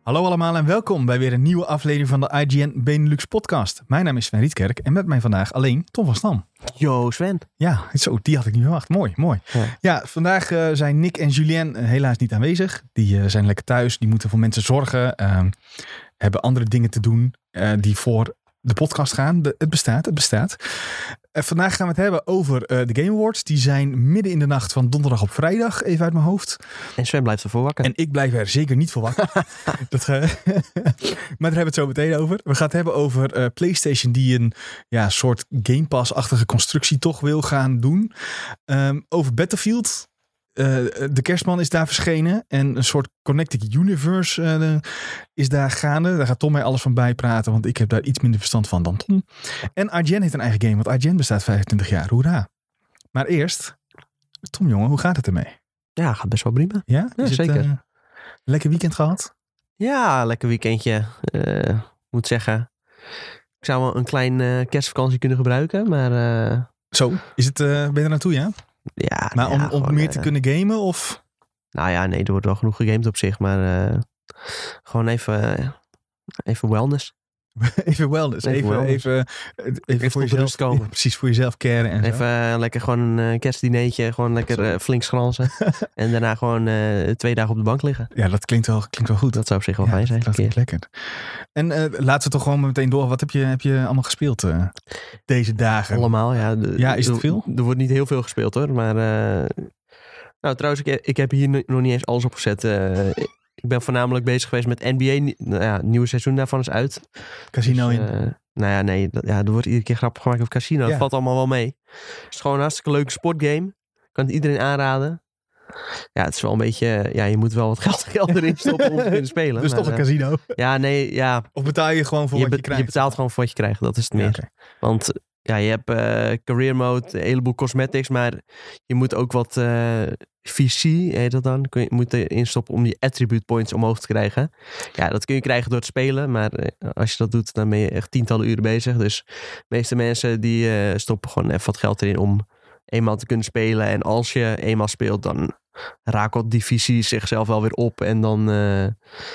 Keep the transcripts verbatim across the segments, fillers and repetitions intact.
Hallo allemaal en welkom bij weer een nieuwe aflevering van de I G N Benelux podcast. Mijn naam is Sven Rietkerk en met mij vandaag alleen Tom van Stam. Yo Sven. Ja, zo, die had ik niet verwacht. Mooi, mooi. Ja, ja vandaag uh, zijn Nick en Julien uh, helaas niet aanwezig. Die uh, zijn lekker thuis, die moeten voor mensen zorgen. Uh, hebben andere dingen te doen uh, die voor de podcast gaan. De, het bestaat, het bestaat. Uh, vandaag gaan we het hebben over uh, de Game Awards. Die zijn midden in de nacht van donderdag op vrijdag, even uit mijn hoofd. En Sven blijft ervoor wakker. En ik blijf er zeker niet voor wakker. Dat, uh, maar daar hebben we het zo meteen over. We gaan het hebben over uh, PlayStation die een ja, soort Game Pass-achtige constructie toch wil gaan doen. Um, over Battlefield. Uh, de kerstman is daar verschenen. En een soort Connected Universe uh, is daar gaande. Daar gaat Tom mij alles van bijpraten. Want ik heb daar iets minder verstand van dan Tom. En I G N heeft een eigen game. Want I G N bestaat vijfentwintig jaar. Hoera. Maar eerst, Tom jongen, hoe gaat het ermee? Ja, gaat best wel prima. Ja, ja is zeker. Het, uh, lekker weekend gehad? Ja, lekker weekendje. Uh, moet zeggen, ik zou wel een klein uh, kerstvakantie kunnen gebruiken. Maar uh, Zo, is het, uh, ben je er naartoe, ja? Ja, maar om, ja, om gewoon, meer te uh, kunnen gamen of? Nou ja, nee, er wordt wel genoeg gegamed op zich. Maar uh, gewoon even, uh, even wellness. Even wellness. Even, even, wellness. even, even, even voor jezelf komen. Ja, precies, voor jezelf caren. En even uh, lekker gewoon een uh, kerstdineetje. Gewoon lekker uh, flink schransen. En daarna gewoon uh, twee dagen op de bank liggen. Ja, dat klinkt wel, klinkt wel goed. Dat zou op zich wel ja, fijn zijn. Dat klinkt lekker. En uh, laten we toch gewoon meteen door. Wat heb je, heb je allemaal gespeeld uh, deze dagen? Allemaal, ja. De, ja, is het er, veel? Er wordt niet heel veel gespeeld hoor. Maar uh, nou trouwens, ik, ik heb hier nog niet eens alles opgezet. Uh, ik ben voornamelijk bezig geweest met N B A. Nou ja, het nieuwe seizoen daarvan is uit. Casino dus, in. Uh, nou ja, nee. Dat, ja, er wordt iedere keer grappig gemaakt over casino. Ja. Dat valt allemaal wel mee. Het is gewoon een hartstikke leuke sportgame. Ik kan het iedereen aanraden. Ja, het is wel een beetje... Ja, je moet wel wat geld, geld erin stoppen om te kunnen spelen. Dus maar, toch een casino? Uh, ja, nee, ja. Of betaal je gewoon voor je wat be- je krijgt? Je betaalt gewoon voor wat je krijgt. Dat is het meer. Ja, okay. Want ja, je hebt uh, career mode, een heleboel cosmetics, maar je moet ook wat uh, V C, heet dat dan, kun je moet erin stoppen om die attribute points omhoog te krijgen. Ja, dat kun je krijgen door het spelen, maar uh, als je dat doet, dan ben je echt tientallen uren bezig. Dus de meeste mensen die uh, stoppen gewoon even wat geld erin om eenmaal te kunnen spelen. En als je eenmaal speelt, dan raakt die V C zichzelf wel weer op en dan, uh,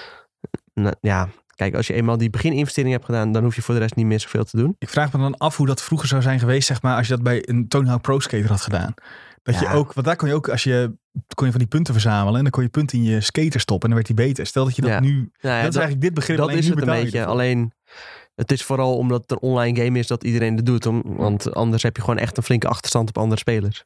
nou, ja... Kijk, als je eenmaal die begininvestering hebt gedaan, dan hoef je voor de rest niet meer zoveel te doen. Ik vraag me dan af hoe dat vroeger zou zijn geweest, zeg maar, als je dat bij een Tony Hawk Pro Skater had gedaan. Dat ja. je ook, want daar kon je ook, als je, kon je van die punten verzamelen en dan kon je punten in je skater stoppen en dan werd die beter. Stel dat je dat ja. nu, ja, ja, dat, dat is eigenlijk dit begrip. Dat is het een beetje, alleen het is vooral omdat het een online game is dat iedereen het doet. Om, want anders heb je gewoon echt een flinke achterstand op andere spelers.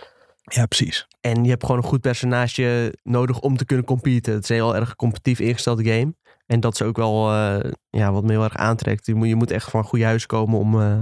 Ja, precies. En je hebt gewoon een goed personage nodig om te kunnen competen. Het is een heel erg competitief ingestelde game. En dat is ook wel uh, ja, wat me heel erg aantrekt. Je moet, je moet echt van een goede huis komen om, uh,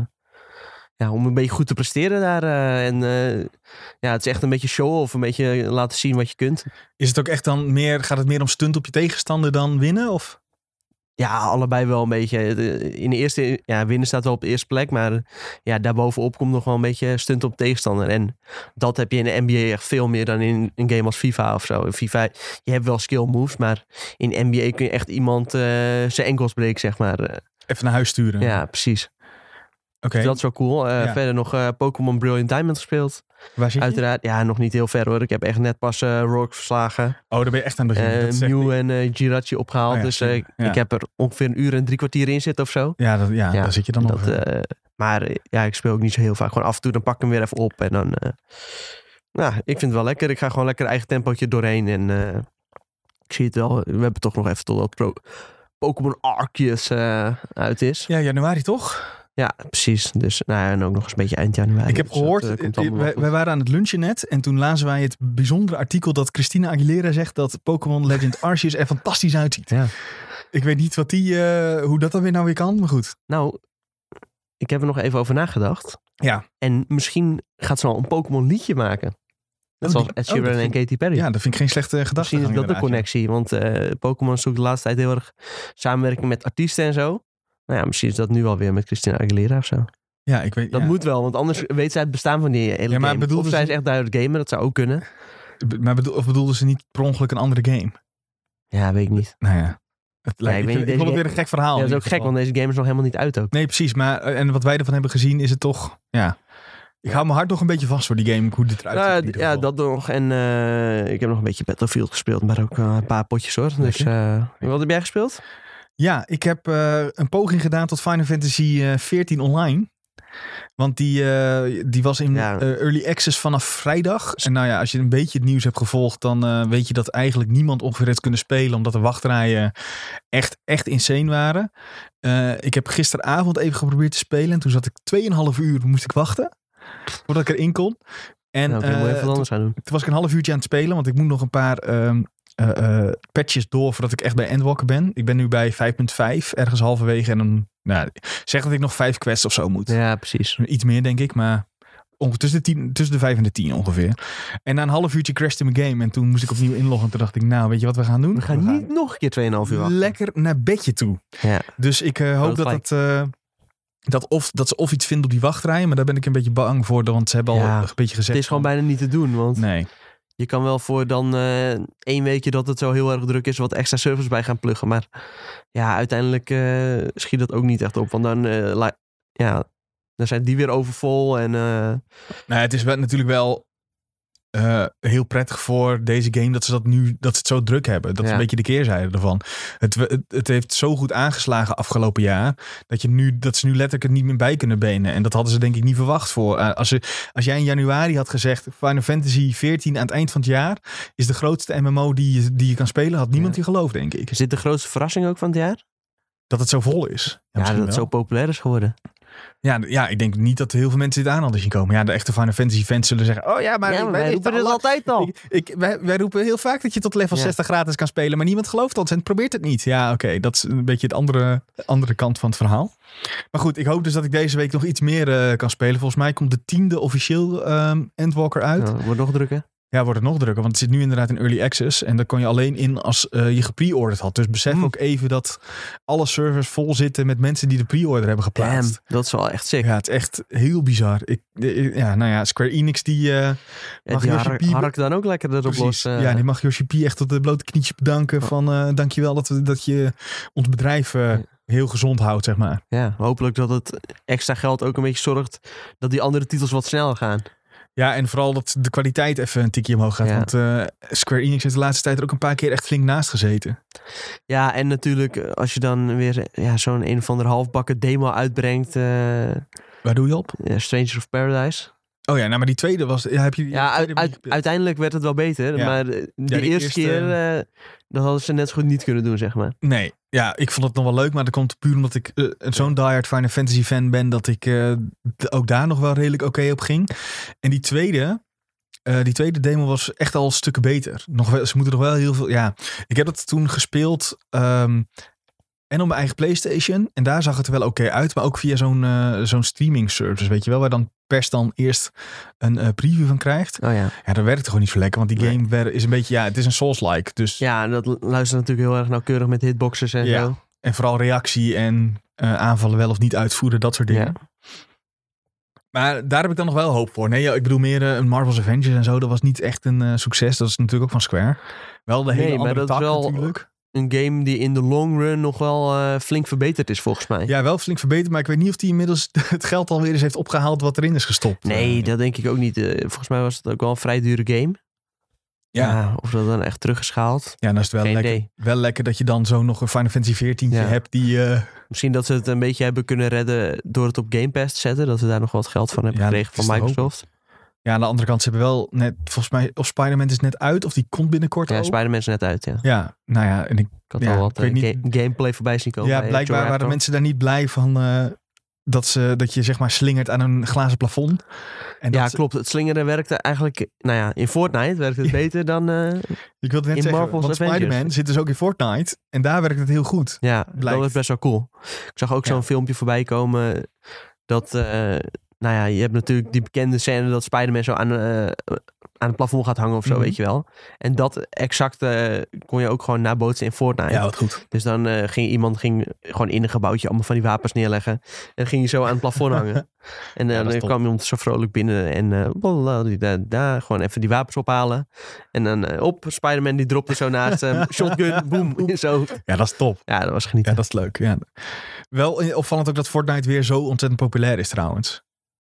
ja, om een beetje goed te presteren daar. Uh, en uh, ja, het is echt een beetje show of een beetje laten zien wat je kunt. Is het ook echt dan meer, gaat het meer om stunt op je tegenstander dan winnen? Of? Ja, allebei wel een beetje. In de eerste, ja, winnen staat wel op de eerste plek. Maar ja, daarbovenop komt nog wel een beetje stunt op tegenstander. En dat heb je in de N B A echt veel meer dan in een game als FIFA of zo. In FIFA, je hebt wel skill moves, maar in N B A kun je echt iemand uh, zijn enkels breken, zeg maar. Even naar huis sturen. Ja, precies. Oké. Okay. Dus dat is wel cool. Uh, ja. Verder nog uh, Pokémon Brilliant Diamond gespeeld. Waar zit je? Uiteraard. Ja, nog niet heel ver hoor. Ik heb echt net pas uh, Rourke verslagen. Oh, daar ben je echt aan het begin. Uh, Mew en uh, Jirachi opgehaald. Oh, ja, dus uh, ja. ik heb er ongeveer een uur en drie kwartier in zitten of zo. Ja, dat, ja, ja daar zit je dan dat, nog. Uh, maar ja, ik speel ook niet zo heel vaak. Gewoon af en toe, dan pak ik hem weer even op. En dan, uh, nou, ik vind het wel lekker. Ik ga gewoon lekker eigen tempootje doorheen. En uh, ik zie het wel. We hebben toch nog even totdat Pro- Pokémon Arceus uh, uit is. Ja, januari toch? Ja, precies. Dus nou ja, en ook nog eens een beetje eind januari. Ik heb dus gehoord, dat, uh, wij, wij waren aan het lunchen net en toen lazen wij het bijzondere artikel dat Christina Aguilera zegt dat Pokémon Legend Arceus er fantastisch uitziet. Ja. Ik weet niet wat die, uh, hoe dat dan weer nou weer kan, maar goed. Nou, ik heb er nog even over nagedacht. Ja. En misschien gaat ze wel een Pokémon liedje maken. Net zoals Ed Sheeran oh, en Katy Perry. Ja, dat vind ik geen slechte gedachte. Misschien is dat de connectie, want uh, Pokémon zoekt de laatste tijd heel erg samenwerking met artiesten en zo. Nou ja, misschien is dat nu alweer met Christina Aguilera of zo. Ja, ik weet Dat ja. moet wel, want anders weet zij het bestaan van die hele ja, maar game. Of zij is echt duidelijk gamer, dat zou ook kunnen. Maar bedoel, of bedoelde ze niet per ongeluk een andere game? Ja, weet ik niet. Nou ja. Het lijkt, ja, ik, ik, ik vond het weer een gek verhaal. Ja, dat is ook gek, want deze game is nog helemaal niet uit ook. Nee, precies. Maar en wat wij ervan hebben gezien is het toch... Ja, Ik hou mijn hart nog een beetje vast voor die game, hoe dit eruit ziet. Uh, ja, dat nog. En uh, ik heb nog een beetje Battlefield gespeeld, maar ook uh, een paar potjes hoor. Dus uh, wat heb jij gespeeld? Ja, ik heb uh, een poging gedaan tot Final Fantasy veertien online. Want die, uh, die was in ja. uh, early access vanaf vrijdag. En nou ja, als je een beetje het nieuws hebt gevolgd, dan uh, weet je dat eigenlijk niemand ongeveer heeft kunnen spelen, omdat de wachtrijen echt, echt insane waren. Uh, ik heb gisteravond even geprobeerd te spelen en toen zat ik tweeënhalf uur, moest ik wachten voordat ik erin kon. En nou, okay, uh, even anders toen, doen. toen was ik een half uurtje aan het spelen, want ik moet nog een paar um, uh, uh, patches door voordat ik echt bij Endwalker ben. Ik ben nu bij vijf punt vijf, ergens halverwege en dan nou, zeg dat ik nog vijf quests of zo moet. Ja, precies. Iets meer denk ik, maar tussen de, tien, tussen de vijf en de tien ongeveer. En na een half uurtje crashte mijn game en toen moest ik opnieuw inloggen. En toen dacht ik, nou weet je wat we gaan doen? We gaan, we gaan niet nog een keer tweeënhalf uur wachten. Lekker naar bedje toe. Ja. Dus ik uh, hoop dat, het, uh, dat, of, dat ze of iets vinden op die wachtrij, maar daar ben ik een beetje bang voor, want ze hebben ja, al een beetje gezegd. Het is gewoon bijna niet te doen, want nee. Je kan wel voor dan uh, één weekje dat het zo heel erg druk is wat extra servers bij gaan pluggen. Maar ja, uiteindelijk uh, schiet dat ook niet echt op. Want dan, uh, la- ja, dan zijn die weer overvol. En, uh... nou, het is wel, natuurlijk wel uh, heel prettig voor deze game dat ze dat nu dat ze het zo druk hebben. Dat is ja. een beetje de keerzijde ervan. Het, het, het heeft zo goed aangeslagen afgelopen jaar dat je nu dat ze nu letterlijk het niet meer bij kunnen benen. En dat hadden ze denk ik niet verwacht voor. Uh, als, ze, als jij in januari had gezegd Final Fantasy veertien aan het eind van het jaar is de grootste M M O die je, die je kan spelen, had niemand ja. je geloofd, denk ik. Is dit de grootste verrassing ook van het jaar? Dat het zo vol is. Ja, ja dat het zo populair is geworden. Ja, ja, ik denk niet dat heel veel mensen dit aan hadden zien komen. Ja, de echte Final Fantasy fans zullen zeggen, oh ja, maar, ja, maar wij, wij roepen het altijd al. Ik, ik, wij, wij roepen heel vaak dat je tot level ja. zestig gratis kan spelen, maar niemand gelooft ons en probeert het niet. Ja, oké, okay, dat is een beetje de andere, andere kant van het verhaal. Maar goed, ik hoop dus dat ik deze week nog iets meer uh, kan spelen. Volgens mij komt de tiende officieel um, Endwalker uit. Ja, wordt nog drukker. Ja, wordt het nog drukker, want het zit nu inderdaad in early access. En daar kon je alleen in als uh, je gepre-orderd had. Dus besef mm. ook even dat alle servers vol zitten met mensen die de pre-order hebben geplaatst. Damn, dat is wel echt sick. Ja, het is echt heel bizar. Ik, ja, nou ja, Square Enix die uh, ja, mag die Yoshi har- P... hark dan ook lekker erop Precies. los. Uh... Ja, die mag Yoshi P echt tot de blote knietje bedanken. Oh. Van uh, dankjewel dat, we, dat je ons bedrijf uh, ja. heel gezond houdt, zeg maar. Ja, hopelijk dat het extra geld ook een beetje zorgt dat die andere titels wat sneller gaan. Ja, en vooral dat de kwaliteit even een tikje omhoog gaat. Ja. Want uh, Square Enix heeft de laatste tijd er ook een paar keer echt flink naast gezeten. Ja, en natuurlijk als je dan weer ja, zo'n een of andere halfbakken demo uitbrengt. Uh, Waar doe je op? Uh, Stranger of Paradise. Oh ja, nou maar die tweede was... Ja, heb je, ja uit, uit, uiteindelijk werd het wel beter. Ja. Maar de, de, ja, de eerste, eerste keer... Uh, dat hadden ze net zo goed niet kunnen doen, zeg maar. Nee, ja, ik vond het nog wel leuk. Maar dat komt puur omdat ik uh, zo'n diehard Final Fantasy fan ben... dat ik uh, ook daar nog wel redelijk oké okay op ging. En die tweede... Uh, die tweede demo was echt al stukken beter. Nog wel, ze moeten nog wel heel veel... Ja, ik heb dat toen gespeeld... Um, en op mijn eigen PlayStation. En daar zag het er wel oké okay uit. Maar ook via zo'n, uh, zo'n streaming service, weet je wel. Waar dan pers dan eerst een uh, preview van krijgt. Oh ja. Ja, dat werkt gewoon niet zo lekker. Want die game nee. is een beetje... Ja, het is een Souls-like. Dus... Ja, en dat luistert natuurlijk heel erg nauwkeurig met hitboxes en ja. zo. En vooral reactie en uh, aanvallen wel of niet uitvoeren. Dat soort dingen. Ja. Maar daar heb ik dan nog wel hoop voor. Nee, ik bedoel meer uh, een Marvel's Avengers en zo. Dat was niet echt een uh, succes. Dat is natuurlijk ook van Square. Wel de hele nee, andere tak wel... natuurlijk. Een game die in de long run nog wel uh, flink verbeterd is, volgens mij. Ja, wel flink verbeterd. Maar ik weet niet of die inmiddels het geld alweer eens heeft opgehaald wat erin is gestopt. Nee, uh, dat denk ik ook niet. Uh, volgens mij was het ook wel een vrij dure game. Ja. ja of dat dan echt teruggeschaald. Ja, dan is het wel lekker, wel lekker dat je dan zo nog een Final Fantasy veertien ja. hebt die... Uh... Misschien dat ze het een beetje hebben kunnen redden door het op Game Pass te zetten. Dat ze daar nog wat geld van hebben ja, gekregen van Microsoft. Hoop. Ja, aan de andere kant, ze hebben wel net, volgens mij, of Spider-Man is net uit, of die komt binnenkort Ja, ook. Spider-Man is net uit, ja. Ja, nou ja. En ik, ik had ja, al wat uh, niet, ga- gameplay voorbij zien komen. Ja, blijkbaar waren Raptor. mensen daar niet blij van uh, dat, ze, dat je zeg maar slingert aan een glazen plafond. En ja, dat, klopt. Het slingeren werkte eigenlijk, nou ja, in Fortnite werkt het beter dan uh, ik wilde net in zeggen, Marvel's want Avengers. Spider-Man zit dus ook in Fortnite en daar werkt het heel goed. Ja, blijkt. dat is best wel cool. Ik zag ook ja. zo'n filmpje voorbij komen dat... Uh, Nou ja, je hebt natuurlijk die bekende scène dat Spider-Man zo aan, uh, aan het plafond gaat hangen of zo, mm-hmm. weet je wel. En dat exact uh, kon je ook gewoon nabootsen in Fortnite. Ja, wat goed. Dus dan uh, ging iemand ging gewoon in een gebouwtje allemaal van die wapens neerleggen. En dan ging je zo aan het plafond hangen. En uh, ja, dan kwam iemand zo vrolijk binnen en uh, daar, daar gewoon even die wapens ophalen. En dan uh, op, Spider-Man die dropte zo naast hem. Shotgun, boom, zo. Ja, dat is top. Ja, dat was genieten. Ja, dat is leuk. Ja. Wel opvallend ook dat Fortnite weer zo ontzettend populair is trouwens.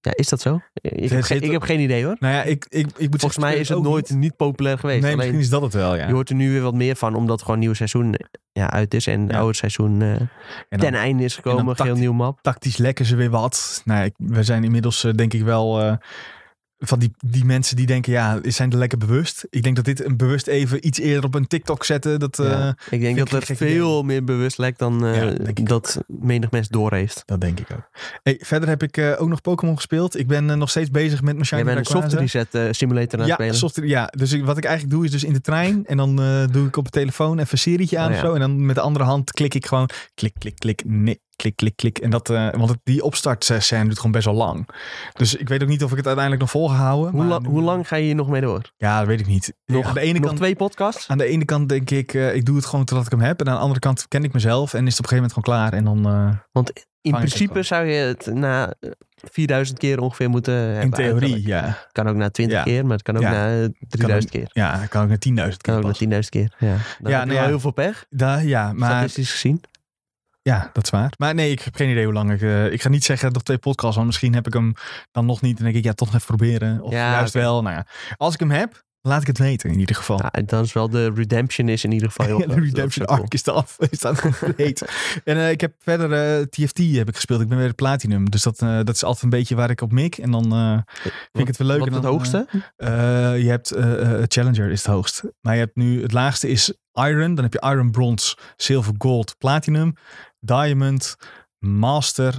Ja, is dat zo? Ik heb, Het geen, heet- ik heb geen idee hoor. Nou ja, ik, ik, ik moet Volgens mij is het ook nooit niet. niet populair geweest. Nee, Alleen, misschien is dat het wel, ja. je hoort er nu weer wat meer van, omdat gewoon een nieuw seizoen ja, uit is. En het Ja. oude seizoen uh, En dan ten einde is gekomen. dan Geheel tacti- nieuw map. tactisch lekken ze weer wat. Nou, ik, we zijn inmiddels uh, denk ik wel... Uh, van die, die mensen die denken, ja, zijn er lekker bewust. Ik denk dat dit een bewust even iets eerder op een TikTok zetten. Dat, uh, ja, ik denk dat het veel idee. meer bewust lijkt dan uh, ja, dat menig mens doorheeft. Dat denk ik ook. Hey, verder heb ik uh, ook nog Pokémon gespeeld. Ik ben uh, nog steeds bezig met mijn Shiny Jij bent een soft reset uh, simulator aan het ja, spelen. Soft, ja, dus ik, wat ik eigenlijk doe is dus in de trein. En dan uh, doe ik op de telefoon even een serietje aan oh, of ja. zo. En dan met de andere hand klik ik gewoon klik, klik, klik, nee. Klik, klik, klik. En dat, uh, want die opstartscène duurt gewoon best wel lang. Dus ik weet ook niet of ik het uiteindelijk nog vol ga houden. Hoe, maar la- nu, hoe lang ga je hier nog mee door? Ja, dat weet ik niet. Nog, aan de ene nog kant, twee podcasts? Aan de ene kant denk ik, uh, ik doe het gewoon totdat ik hem heb. En aan de andere kant ken ik mezelf. En is het op een gegeven moment gewoon klaar. En dan, uh, want in principe zou je het na vierduizend keer ongeveer moeten hebben. In theorie, uiterlijk. ja. Het kan ook na twintig ja. keer, maar het kan ook ja. na drieduizend keer. Ja, het kan ook na tienduizend keer. Het kan ook na tienduizend keer, ja. Dan ja, heb je nou ja. heel veel pech. Da, ja, maar... Statistisch gezien. Ja, dat is waar. Maar nee, ik heb geen idee hoe lang ik... Uh, ik ga niet zeggen nog twee podcasts, want misschien heb ik hem dan nog niet. En denk ik, ja, toch nog even proberen. Of ja, juist okay. wel. Nou ja, als ik hem heb, laat ik het weten in ieder geval. Ja, en dan is wel de redemption is in ieder geval heel ja, de redemption arc cool. is de af. Is dat compleet. En uh, ik heb verder uh, T F T heb ik gespeeld. Ik ben weer de Platinum. Dus dat, uh, dat is altijd een beetje waar ik op mik. En dan uh, vind ik het wel leuk. Wat is het dan, hoogste? Uh, uh, je hebt uh, uh, Challenger is het hoogst. Maar je hebt nu, het laagste is Iron. Dan heb je Iron, Bronze, Silver, Gold, Platinum, Diamond, Master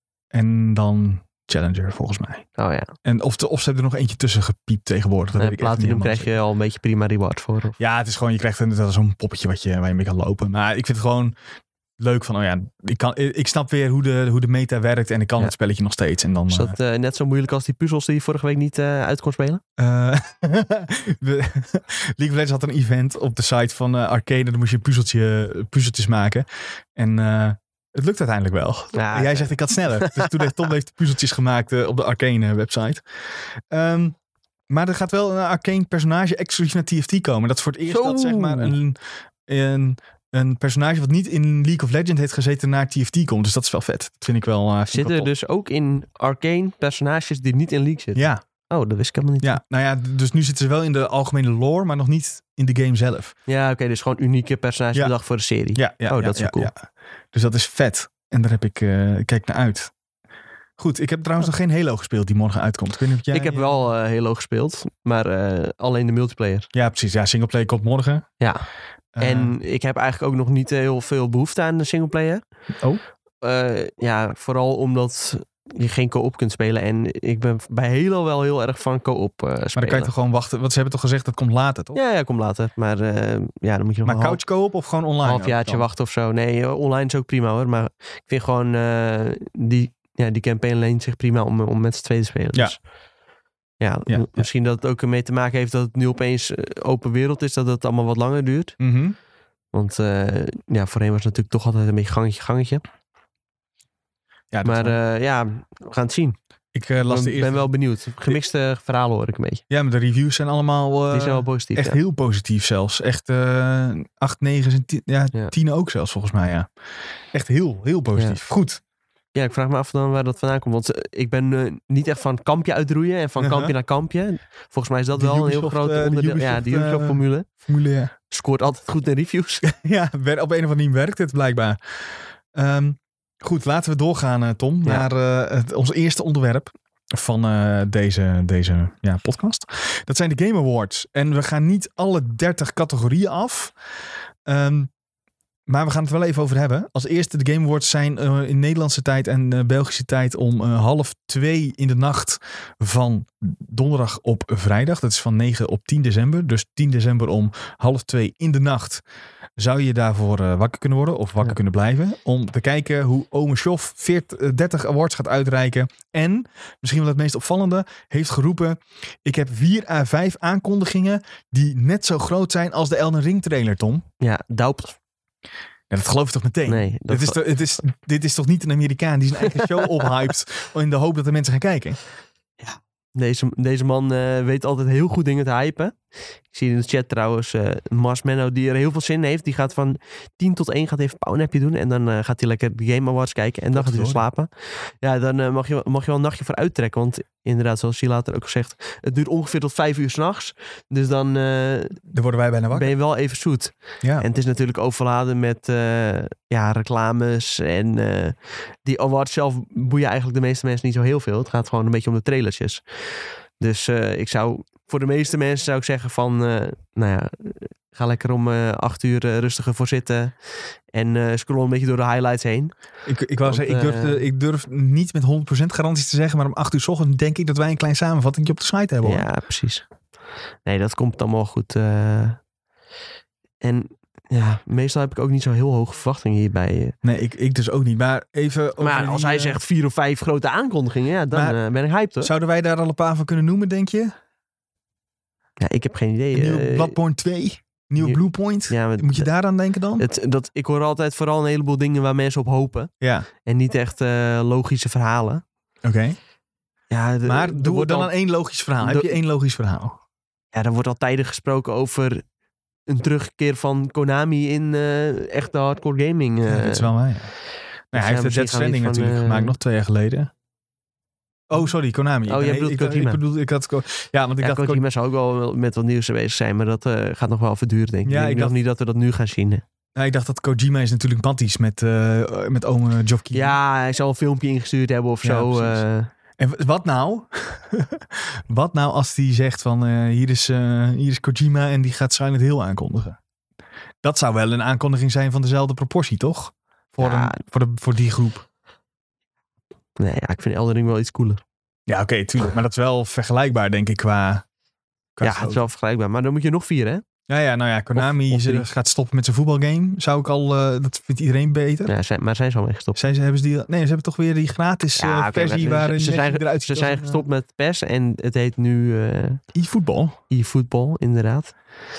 en dan Challenger volgens mij. Oh ja. En of, de, of ze hebben er nog eentje tussen gepiept tegenwoordig. Dat nee, weet ik Platinum krijg je al een beetje prima reward voor. Of? Ja, het is gewoon, je krijgt een, zo'n poppetje wat je, waar je mee kan lopen. Maar ik vind het gewoon leuk van, oh ja, ik, kan, ik snap weer hoe de, hoe de meta werkt en ik kan ja. het spelletje nog steeds. En dan, is dat uh, net zo moeilijk als die puzzels die je vorige week niet uh, uit kon spelen? Uh, League of Legends had een event op de site van uh, Arcane. Dan moest je een puzzeltje, puzzeltjes maken. En uh, het lukt uiteindelijk wel. Ja, en jij zegt, ik had sneller. Dus toen heeft Tom heeft de puzzeltjes gemaakt uh, op de Arcane website. Um, maar er gaat wel een Arcane personage exclusief naar T F T komen. Dat is voor het eerst Zo. dat zeg maar een... een Een personage wat niet in League of Legends heeft gezeten naar T F T komt. Dus dat is wel vet. Dat vind ik wel... Uh, Zitten er dus ook in Arcane personages die niet in League zitten? Ja. Oh, dat wist ik helemaal niet. Ja, nou ja, dus nu zitten ze wel in de algemene lore, maar nog niet in de game zelf. Ja, oké. Okay, dus gewoon unieke personages ja. bedacht voor de serie. Ja, ja, oh, ja, dat is ja, cool. Ja. Dus dat is vet. En daar heb ik, uh, kijk naar uit. Goed, ik heb trouwens oh. nog geen Halo gespeeld die morgen uitkomt. Ik weet niet of jij... Ik heb wel uh, Halo gespeeld, maar uh, alleen de multiplayer. Ja, precies. Ja, singleplayer komt morgen. Ja. En uh, ik heb eigenlijk ook nog niet heel veel behoefte aan de singleplayer. Oh? Uh, ja, vooral omdat je geen co-op kunt spelen. En ik ben bij Halo wel heel erg van co-op uh, spelen. Maar dan kan je toch gewoon wachten. Want ze hebben toch gezegd dat komt later, toch? Ja, ja, komt later. Maar uh, ja, dan moet je nog maar een couch co-op of gewoon online? Een halfjaartje wachten of zo. Nee, online is ook prima hoor. Maar ik vind gewoon uh, die, ja, die campaign leent zich prima om, om met z'n tweeën te spelen. Ja. Dus ja, ja, m- misschien ja. dat het ook ermee te maken heeft dat het nu opeens uh, open wereld is. Dat het allemaal wat langer duurt. Mm-hmm. Want uh, ja, voorheen was het natuurlijk toch altijd een beetje gangetje gangetje. Ja, maar uh, ja, we gaan het zien. Ik uh, las ben, de eerste... ben wel benieuwd. Gemixte verhalen hoor ik een beetje. Ja, maar de reviews zijn allemaal... Uh, Die zijn wel positief. Echt ja. heel positief zelfs. Echt uh, acht, negen, tien, ja, ja. tien ook zelfs volgens mij. Ja. Echt heel, heel positief. Ja. Goed. Ja, ik vraag me af dan waar dat vandaan komt. Want uh, ik ben uh, niet echt van kampje uitroeien en van uh-huh. kampje naar kampje. Volgens mij is dat de wel Ubisoft, een heel groot uh, onderdeel. Ubisoft, ja, die Ubisoft formule. Uh, formule ja. Scoort altijd goed in reviews. Ja, op een of andere manier werkt het blijkbaar. Um, goed, laten we doorgaan, uh, Tom, ja. naar uh, het, ons eerste onderwerp van uh, deze, deze ja, podcast. Dat zijn de Game Awards. En we gaan niet alle dertig categorieën af. Um, Maar we gaan het wel even over hebben. Als eerste, de Game Awards zijn uh, in Nederlandse tijd en uh, Belgische tijd om uh, half twee in de nacht van donderdag op vrijdag. Dat is van negen op tien december. Dus tien december om half twee in de nacht zou je daarvoor uh, wakker kunnen worden of wakker ja. kunnen blijven. Om te kijken hoe Ome Schoff veertig, dertig awards gaat uitreiken. En, misschien wel het meest opvallende, heeft geroepen: ik heb vier à vijf aankondigingen die net zo groot zijn als de Elden Ring trailer, Tom. Ja, daup. Ja, dat geloof ik toch meteen? Nee. Dit is, to, het is, dit is toch niet een Amerikaan die zijn eigen show ophypt in de hoop dat de mensen gaan kijken? Ja, deze, deze man uh, weet altijd heel goed dingen te hypen. Ik zie in de chat trouwens uh, Mars Menno die er heel veel zin in heeft. Die gaat van tien tot één gaat even powernapje doen. En dan uh, gaat hij lekker de Game Awards kijken. En dan gaat hij weer slapen. Ja, dan uh, mag, je, mag je wel een nachtje voor uittrekken. Want inderdaad, zoals je later ook gezegd, het duurt ongeveer tot vijf uur 's nachts. Dus dan uh, dan worden wij bijna wakker. Ben je wel even zoet. Ja. En het is natuurlijk overladen met uh, ja, reclames. En uh, die awards zelf boeien eigenlijk de meeste mensen niet zo heel veel. Het gaat gewoon een beetje om de trailertjes. Dus uh, ik zou, voor de meeste mensen zou ik zeggen van, uh, nou ja, ga lekker om uh, acht uur uh, rustiger voor zitten. En uh, scroll een beetje door de highlights heen. Ik, ik wou zeggen, ik durf, uh, ik durf niet met honderd procent garanties te zeggen, maar om acht uur 's ochtends denk ik dat wij een klein samenvatting op de site hebben. Hoor. Ja, precies. Nee, dat komt allemaal goed. Uh, en ja, meestal heb ik ook niet zo heel hoge verwachtingen hierbij. Nee, ik, ik dus ook niet. Maar even. Maar als die, hij zegt vier of vijf grote aankondigingen, ja, dan maar, uh, ben ik hyped, hoor. Zouden wij daar al een paar van kunnen noemen, denk je? Ja, ik heb geen idee. Een nieuwe uh, Bloodborne twee, nieuwe New, Bluepoint. Ja, maar, moet je daaraan denken dan? Het, dat, ik hoor altijd vooral een heleboel dingen waar mensen op hopen. Ja. En niet echt uh, logische verhalen. Oké. Okay. Ja, de, maar doe er dan al, aan één logisch verhaal. De, heb je één logisch verhaal? Ja, er wordt al tijden gesproken over een terugkeer van Konami in uh, echte hardcore gaming. Uh. Ja, dat is wel waar, ja. Nou, hij heeft de Death Stranding natuurlijk uh, gemaakt, nog twee jaar geleden. Oh, sorry, Konami. Oh, jij bedoelt ik, Kojima. Ik bedoel, ik had... Ja, want ik ja, dacht... Kojima zou ook wel met wat nieuws bezig zijn, maar dat uh, gaat nog wel verduren, denk ik. Ja, ik denk dacht, nog niet dat we dat nu gaan zien. Hè. Ja, ik dacht dat Kojima is natuurlijk matties met, uh, met ome Geoff Keighley. Ja, hij zal een filmpje ingestuurd hebben of ja, zo. Uh, En wat nou? Wat nou als die zegt van uh, hier, is, uh, hier is Kojima en die gaat Silent Hill aankondigen? Dat zou wel een aankondiging zijn van dezelfde proportie, toch? Voor, ja, een, voor, de, voor die groep. Nee, ja, ik vind Elden Ring wel iets cooler. Ja, oké, okay, tuurlijk. Maar dat is wel vergelijkbaar, denk ik, qua... qua ja, het is wel vergelijkbaar. Maar dan moet je nog vieren, hè? Ja, ja, nou ja, Konami of, of gaat stoppen met zijn voetbalgame. Zou ik al, uh, dat vindt iedereen beter. Ja, zijn, maar zijn ze al mee gestopt? Zijn ze, hebben ze die, nee, ze hebben toch weer die gratis ja, uh, okay, versie waarin ze, ze, zijn, eruit ze zijn gestopt met P E S en het heet nu... Uh, e-voetbal. E-voetbal, inderdaad.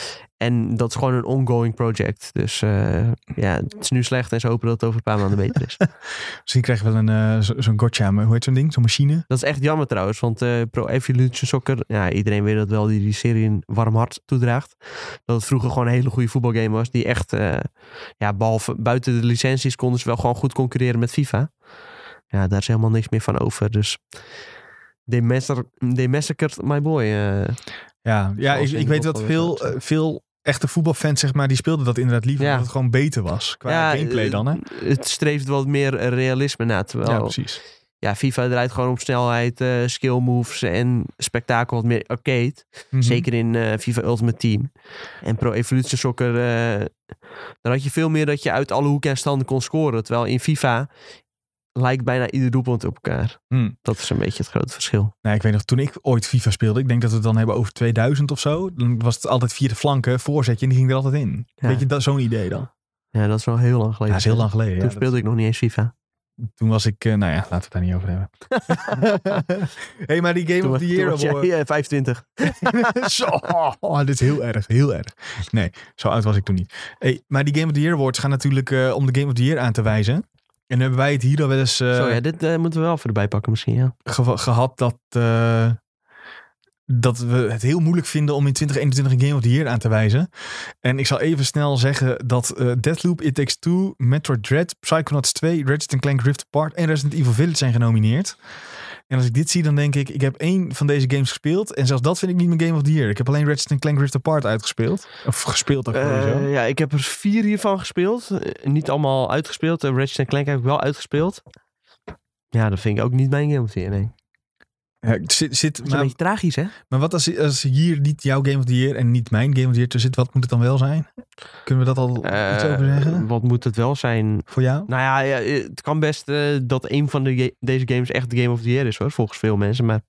En dat is gewoon een ongoing project. Dus uh, ja, het is nu slecht en ze hopen dat het over een paar maanden beter is. Misschien krijgen we wel een uh, zo, zo'n gotcha, hoe heet zo'n ding? Zo'n machine? Dat is echt jammer trouwens, want uh, Pro Evolution Soccer, ja, iedereen weet dat wel, die die serie een warm hart toedraagt. Dat het vroeger gewoon een hele goede voetbalgame was, die echt, uh, ja, behalve buiten de licenties konden ze wel gewoon goed concurreren met FIFA. Ja, daar is helemaal niks meer van over, dus they, massacred, they massacred my boy. Uh, ja, ja ik, ik weet dat veel, uh, veel echte voetbalfans, zeg maar, die speelden dat inderdaad liever, ja. omdat het gewoon beter was. Qua ja, gameplay dan, hè? Het streeft wat meer realisme na. Terwijl, ja, precies. Ja, FIFA draait gewoon op snelheid, uh, skill moves en spektakel, wat meer arcade. Mm-hmm. Zeker in uh, FIFA Ultimate Team. En Pro Evolution Soccer, uh, dan had je veel meer dat je uit alle hoeken en standen kon scoren. Terwijl in FIFA lijkt bijna ieder doelpunt op elkaar. Hmm. Dat is een beetje het grote verschil. Nee, ik weet nog, toen ik ooit FIFA speelde, ik denk dat we het dan hebben over tweeduizend of zo, dan was het altijd via de flanken, voorzetje en die ging er altijd in. Ja. Weet je, dat, zo'n idee dan? Ja, dat is wel heel lang geleden. Ja, dat is heel lang geleden. Toen ja, speelde dat... ik nog niet eens FIFA. Toen was ik, uh, nou ja, laten we het daar niet over hebben. Hé, hey, maar die Game toen of the Year Award. Toen was jij vijfentwintig. Zo, oh, dit is heel erg, heel erg. Nee, zo oud was ik toen niet. Hey, maar die Game of the Year Awards gaan natuurlijk uh, om de Game of the Year aan te wijzen. En hebben wij het hier al wel eens... Uh, Zo ja, dit uh, moeten we wel voor erbij pakken misschien, ja. Ge- gehad dat, uh, dat we het heel moeilijk vinden om in twintig eenentwintig een Game of the Year aan te wijzen. En ik zal even snel zeggen dat uh, Deathloop, It Takes Two, Metroid Dread, Psychonauts twee, Ratchet and Clank Rift Apart en Resident Evil Village zijn genomineerd. En als ik dit zie, dan denk ik, ik heb één van deze games gespeeld. En zelfs dat vind ik niet mijn Game of the Year. Ik heb alleen Ratchet and Clank Rift Apart uitgespeeld. Of gespeeld ook. Uh, ja, ik heb er vier hiervan gespeeld. Uh, niet allemaal uitgespeeld. Uh, Ratchet and Clank heb ik wel uitgespeeld. Ja, dat vind ik ook niet mijn Game of the Year, nee. Ja, zit, zit, dat is maar, een beetje tragisch, hè? Maar wat als, als hier niet jouw Game of the Year en niet mijn Game of the Year tussen zit, wat moet het dan wel zijn? Kunnen we dat al uh, iets over zeggen? Wat moet het wel zijn? Voor jou? Nou ja, ja het kan best uh, dat een van de ge- deze games echt de Game of the Year is, hoor. Volgens veel mensen. Maar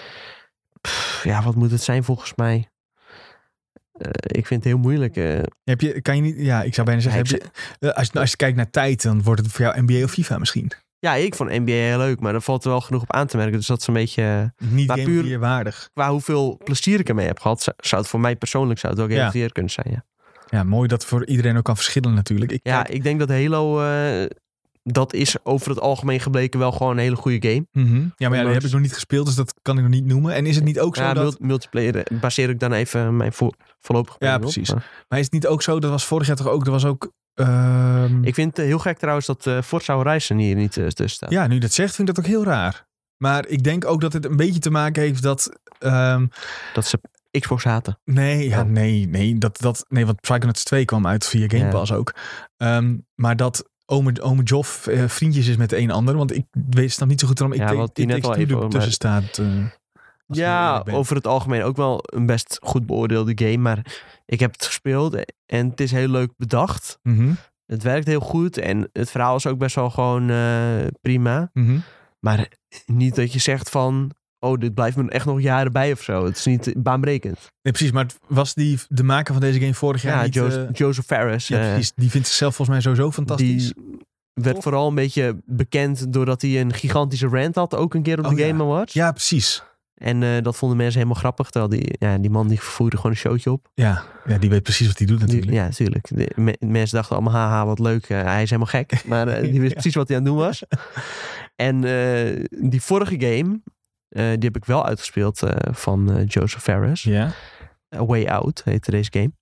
pff, ja, wat moet het zijn volgens mij? Uh, ik vind het heel moeilijk. Uh. Heb je, kan je niet, ja, ik zou bijna zeggen, heb je, uh, als, als je kijkt naar tijd, dan wordt het voor jou N B A of FIFA misschien. Ja, ik vond N B A heel leuk, maar daar valt er wel genoeg op aan te merken. Dus dat is een beetje... Niet Game puur, of the Year waardig. Qua hoeveel plezier ik ermee heb gehad, zou het voor mij persoonlijk zou het wel Game ja. of the Year kunnen zijn, ja. Ja, mooi dat voor iedereen ook kan verschillen natuurlijk. Ik ja, kijk... ik denk dat Halo uh, dat is over het algemeen gebleken wel gewoon een hele goede game. Mm-hmm. Ja, maar ja, die heb ik nog niet gespeeld, dus dat kan ik nog niet noemen. En is het niet ook zo ja, dat... multiplayer baseer ik dan even mijn vo- voorlopige Ja, precies. Op. Maar. maar is het niet ook zo, dat was vorig jaar toch ook, er was ook... Um... Ik vind het heel gek trouwens dat uh, Forza Horizon hier niet uh, tussen staat. Ja, nu dat zegt, vind ik dat ook heel raar. Maar ik denk ook dat het een beetje te maken heeft dat... Um... Dat ze Xbox haten. Nee, ja, nee, nee, dat, dat, nee, want Psychonauts twee kwam uit via Game Pass ja. ook. Um, maar dat ome, ome Joff uh, vriendjes is met de een ander. Want ik weet nog niet zo goed waarom ik ja, denk die net al even tussen maar... staat. Uh, ja, over het algemeen ook wel een best goed beoordeelde game. Maar ik heb het gespeeld en het is heel leuk bedacht. Mm-hmm. Het werkt heel goed en het verhaal is ook best wel gewoon uh, prima. Mm-hmm. Maar niet dat je zegt van... oh, dit blijft me echt nog jaren bij of zo. Het is niet baanbrekend. Nee, precies. Maar was die, de maker van deze game vorig jaar ja, niet... Joseph, uh... Joseph Fares. Ja, precies. Die vindt zichzelf volgens mij sowieso fantastisch. Die werd Tof. vooral een beetje bekend doordat hij een gigantische rant had. Ook een keer op oh, de ja. Game Awards. Ja, precies. En uh, dat vonden mensen helemaal grappig. Terwijl die, ja, die man die voerde gewoon een showtje op. Ja, ja die weet precies wat hij doet natuurlijk. Die, ja, natuurlijk. De me, mensen dachten allemaal, haha, wat leuk. Uh, hij is helemaal gek. Maar uh, die wist ja. precies wat hij aan het doen was. En uh, die vorige game... Uh, die heb ik wel uitgespeeld uh, van uh, Joseph Fares. Ja. A Way Out heette deze game.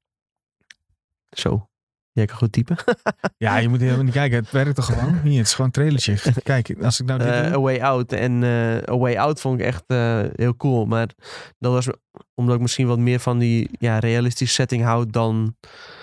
Zo. Jij kan goed typen. Ja, je moet helemaal niet kijken. Het werkt toch gewoon? Hier, het is gewoon een trailertje. Kijk, als ik nou dit uh, A Way Out. En uh, A Way Out vond ik echt uh, heel cool. Maar dat was omdat ik misschien wat meer van die ja, realistische setting houd dan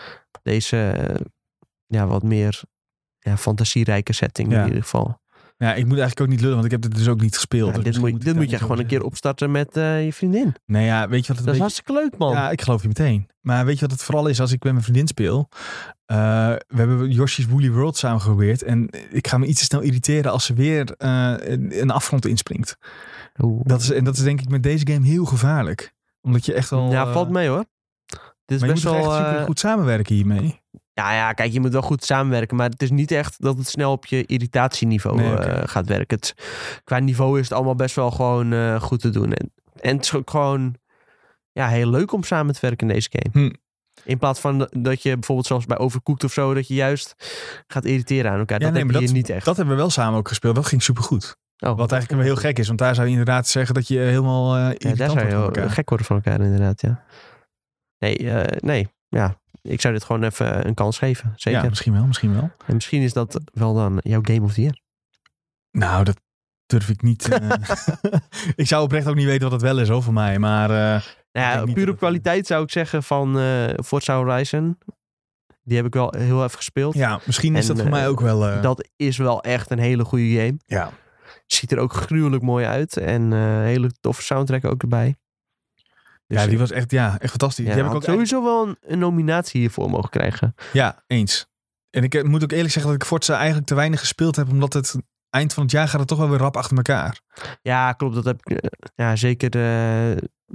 deze uh, ja, wat meer ja, fantasierijke setting ja. in ieder geval. Ja, ik moet eigenlijk ook niet lullen, want ik heb dit dus ook niet gespeeld. Ja, dit moet, moet, dit moet je gewoon een keer opstarten met uh, je vriendin. Nee, ja, weet je wat het Dat beetje... is hartstikke leuk, man. Ja, ik geloof je meteen. Maar weet je wat het vooral is als ik met mijn vriendin speel? Uh, we hebben Yoshi's Woolly World samen geprobeerd. En ik ga me iets te snel irriteren als ze weer uh, een afgrond inspringt. Dat is, en dat is denk ik met deze game heel gevaarlijk. Omdat je echt wel... Ja, uh, valt mee hoor. Dit is maar best je moet wel, echt super goed samenwerken hiermee. Ja, ja, kijk, je moet wel goed samenwerken. Maar het is niet echt dat het snel op je irritatieniveau nee, okay. uh, gaat werken. Het, qua niveau is het allemaal best wel gewoon uh, goed te doen. En, en het is ook gewoon ja, heel leuk om samen te werken in deze game. Hm. In plaats van dat je bijvoorbeeld zoals bij Overcooked of zo... dat je juist gaat irriteren aan elkaar. Ja, dat nee, heb je dat, hier niet echt. Dat hebben we wel samen ook gespeeld. Dat ging supergoed. Oh, Wat eigenlijk heel gek is. Want daar zou je inderdaad zeggen dat je helemaal uh, irritant ja, daar zou je wordt van elkaar. gek worden van elkaar inderdaad, ja. Nee, uh, nee, ja. Ik zou dit gewoon even een kans geven. Zeker. Ja, misschien wel, misschien wel. En misschien is dat wel dan jouw Game of the Year. Nou, dat durf ik niet. Uh... ik zou oprecht ook niet weten wat het wel is hoor, voor mij. Maar uh, nou ja, puur op kwaliteit zou ik zeggen van uh, Forza Horizon. Die heb ik wel heel even gespeeld. Ja, misschien is en, dat voor uh, mij ook wel... Uh... Dat is wel echt een hele goede game. Ja. Ziet er ook gruwelijk mooi uit. En uh, hele toffe soundtrack ook erbij. Dus ja, die was echt, ja, echt fantastisch. Ja, die heb ik ook sowieso echt... wel een, een nominatie hiervoor mogen krijgen. Ja, eens. En ik moet ook eerlijk zeggen dat ik Forza eigenlijk te weinig gespeeld heb. Omdat het eind van het jaar gaat het toch wel weer rap achter elkaar. Ja, klopt. Dat heb ik ja, zeker uh,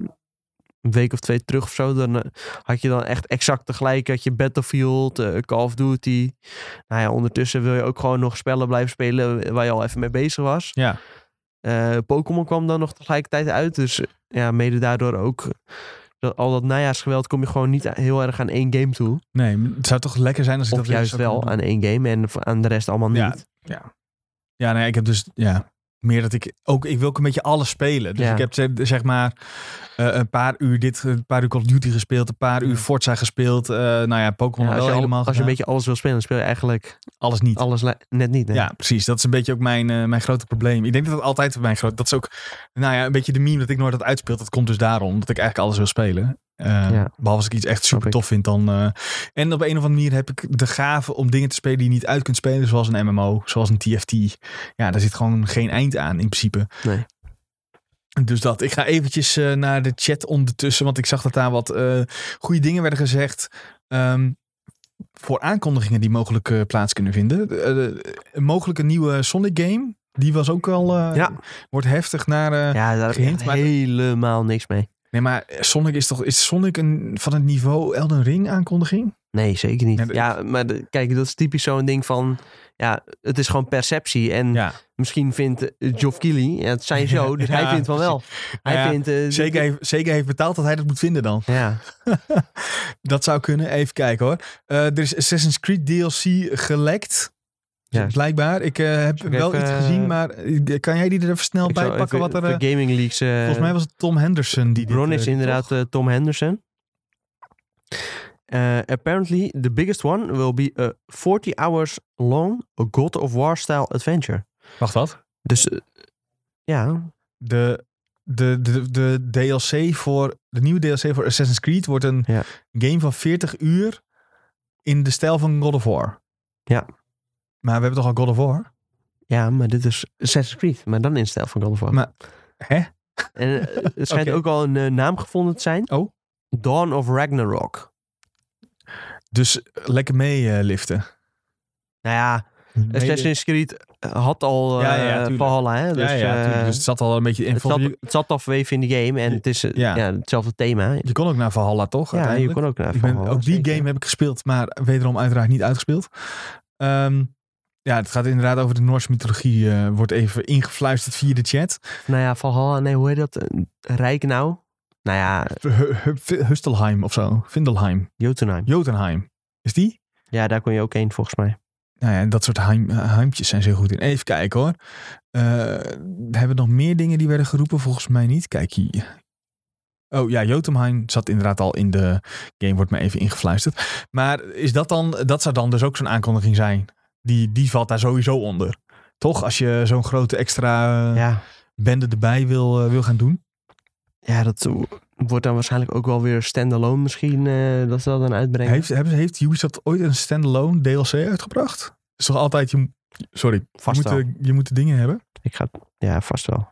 een week of twee terug of zo. Dan uh, had je dan echt exact tegelijk. Had je Battlefield, uh, Call of Duty. Nou ja, ondertussen wil je ook gewoon nog spellen blijven spelen waar je al even mee bezig was. Ja. Uh, Pokémon kwam dan nog tegelijkertijd uit. Dus ja, mede daardoor ook... Dat, al dat najaarsgeweld kom je gewoon niet heel erg aan één game toe. Nee, het zou toch lekker zijn als ik of dat juist wel aan één game en aan de rest allemaal niet. Ja, ja. ja nee, ik heb dus... ja. Meer dat ik ook, ik wil ook een beetje alles spelen. Dus ja. ik heb zeg maar uh, een paar uur dit, een paar uur Call of Duty gespeeld, een paar uur Forza gespeeld. Uh, nou ja, Pokémon ja, wel al, helemaal Als gedaan. je een beetje alles wil spelen, dan speel je eigenlijk alles niet. Alles net niet. Nee. Ja, precies. Dat is een beetje ook mijn, uh, mijn grote probleem. Ik denk dat dat altijd mijn grote, dat is ook, nou ja, een beetje de meme dat ik nooit had uitspeeld. Dat komt dus daarom, dat ik eigenlijk alles wil spelen. Uh, ja. Behalve als ik iets echt super tof vind dan. Uh, en op een of andere manier heb ik de gave om dingen te spelen die je niet uit kunt spelen. Zoals een M M O, zoals een T F T. Ja, daar zit gewoon geen eind aan in principe. Nee. Dus dat. Ik ga eventjes uh, naar de chat ondertussen. Want ik zag dat daar wat uh, goede dingen werden gezegd. Um, voor aankondigingen die mogelijk uh, plaats kunnen vinden. Uh, een mogelijke nieuwe Sonic game. Die was ook wel... Uh, ja. Wordt heftig naar uh, Ja, daar gehint, heb ik maar helemaal niks mee. Nee, maar Sonic is toch... Is Sonic een, van het niveau Elden Ring aankondiging? Nee, zeker niet. Ja, de, ja maar de, kijk, dat is typisch zo'n ding van... Ja, het is gewoon perceptie. En ja. misschien vindt Geoff Keighley... Ja, het is zijn show, dus ja, hij vindt van wel. Hij ja, vindt, uh, zeker, heeft, zeker heeft betaald dat hij dat moet vinden dan. Ja. Dat zou kunnen. Even kijken hoor. Uh, er is Assassin's Creed D L C gelekt. Ja. Blijkbaar. Ik uh, heb ik wel even, iets gezien, maar kan jij die er even snel bij pakken? Even, wat er, uh, Gaming Leaks. Uh, volgens mij was het Tom Henderson. Die bron dit, is uh, inderdaad uh, Tom Henderson. Uh, apparently, the biggest one will be a forty hours long God of War style adventure. Wacht, wat? Dus, uh, ja. De, de, de, de D L C voor, de nieuwe D L C voor Assassin's Creed wordt een ja. game van veertig uur in de stijl van God of War. Ja. Maar we hebben toch al God of War? Ja, maar dit is Assassin's Creed, maar dan in de stijl van God of War. Maar, hè? En uh, er schijnt okay. ook al een uh, naam gevonden te zijn. Oh. Dawn of Ragnarok. Dus lekker mee uh, liften. Nou ja, Assassin's Creed had al uh, ja, ja, Valhalla. Hè? Dus, ja, ja, uh, dus het zat al een beetje in. Het zat, je... het zat al verweven in de game en het is uh, ja. Ja, hetzelfde thema. Je kon ook naar Valhalla, toch? Ja, je kon ook naar Valhalla. Ben, ook die zeker. Game heb ik gespeeld, maar wederom uiteraard niet uitgespeeld. Um, ja, het gaat inderdaad over de Noorse mythologie. Uh, wordt even ingefluisterd via de chat. Nou ja, Valhalla, nee, hoe heet dat? Rijk nou? Nou ja... Hustelheim of zo. Vindelheim. Jotunheim. Jotunheim. Is die? Ja, daar kon je ook heen volgens mij. Nou ja, dat soort heim, heimtjes zijn ze heel goed in. Even kijken hoor. Uh, hebben we nog meer dingen die werden geroepen? Volgens mij niet. Kijk hier. Oh ja, Jotunheim zat inderdaad al in de game. Wordt me even ingefluisterd. Maar is dat dan... Dat zou dan dus ook zo'n aankondiging zijn. Die, die valt daar sowieso onder. Toch? Als je zo'n grote extra uh, ja. bende erbij wil, uh, wil gaan doen. Ja, dat wordt dan waarschijnlijk ook wel weer standalone misschien. Uh, dat ze dat dan uitbrengen. Heeft, heeft, heeft Ubisoft ooit een standalone D L C uitgebracht? Het is toch altijd... Je, sorry, vast je, moet de, je moet de dingen hebben? Ik ga... Ja, vast wel.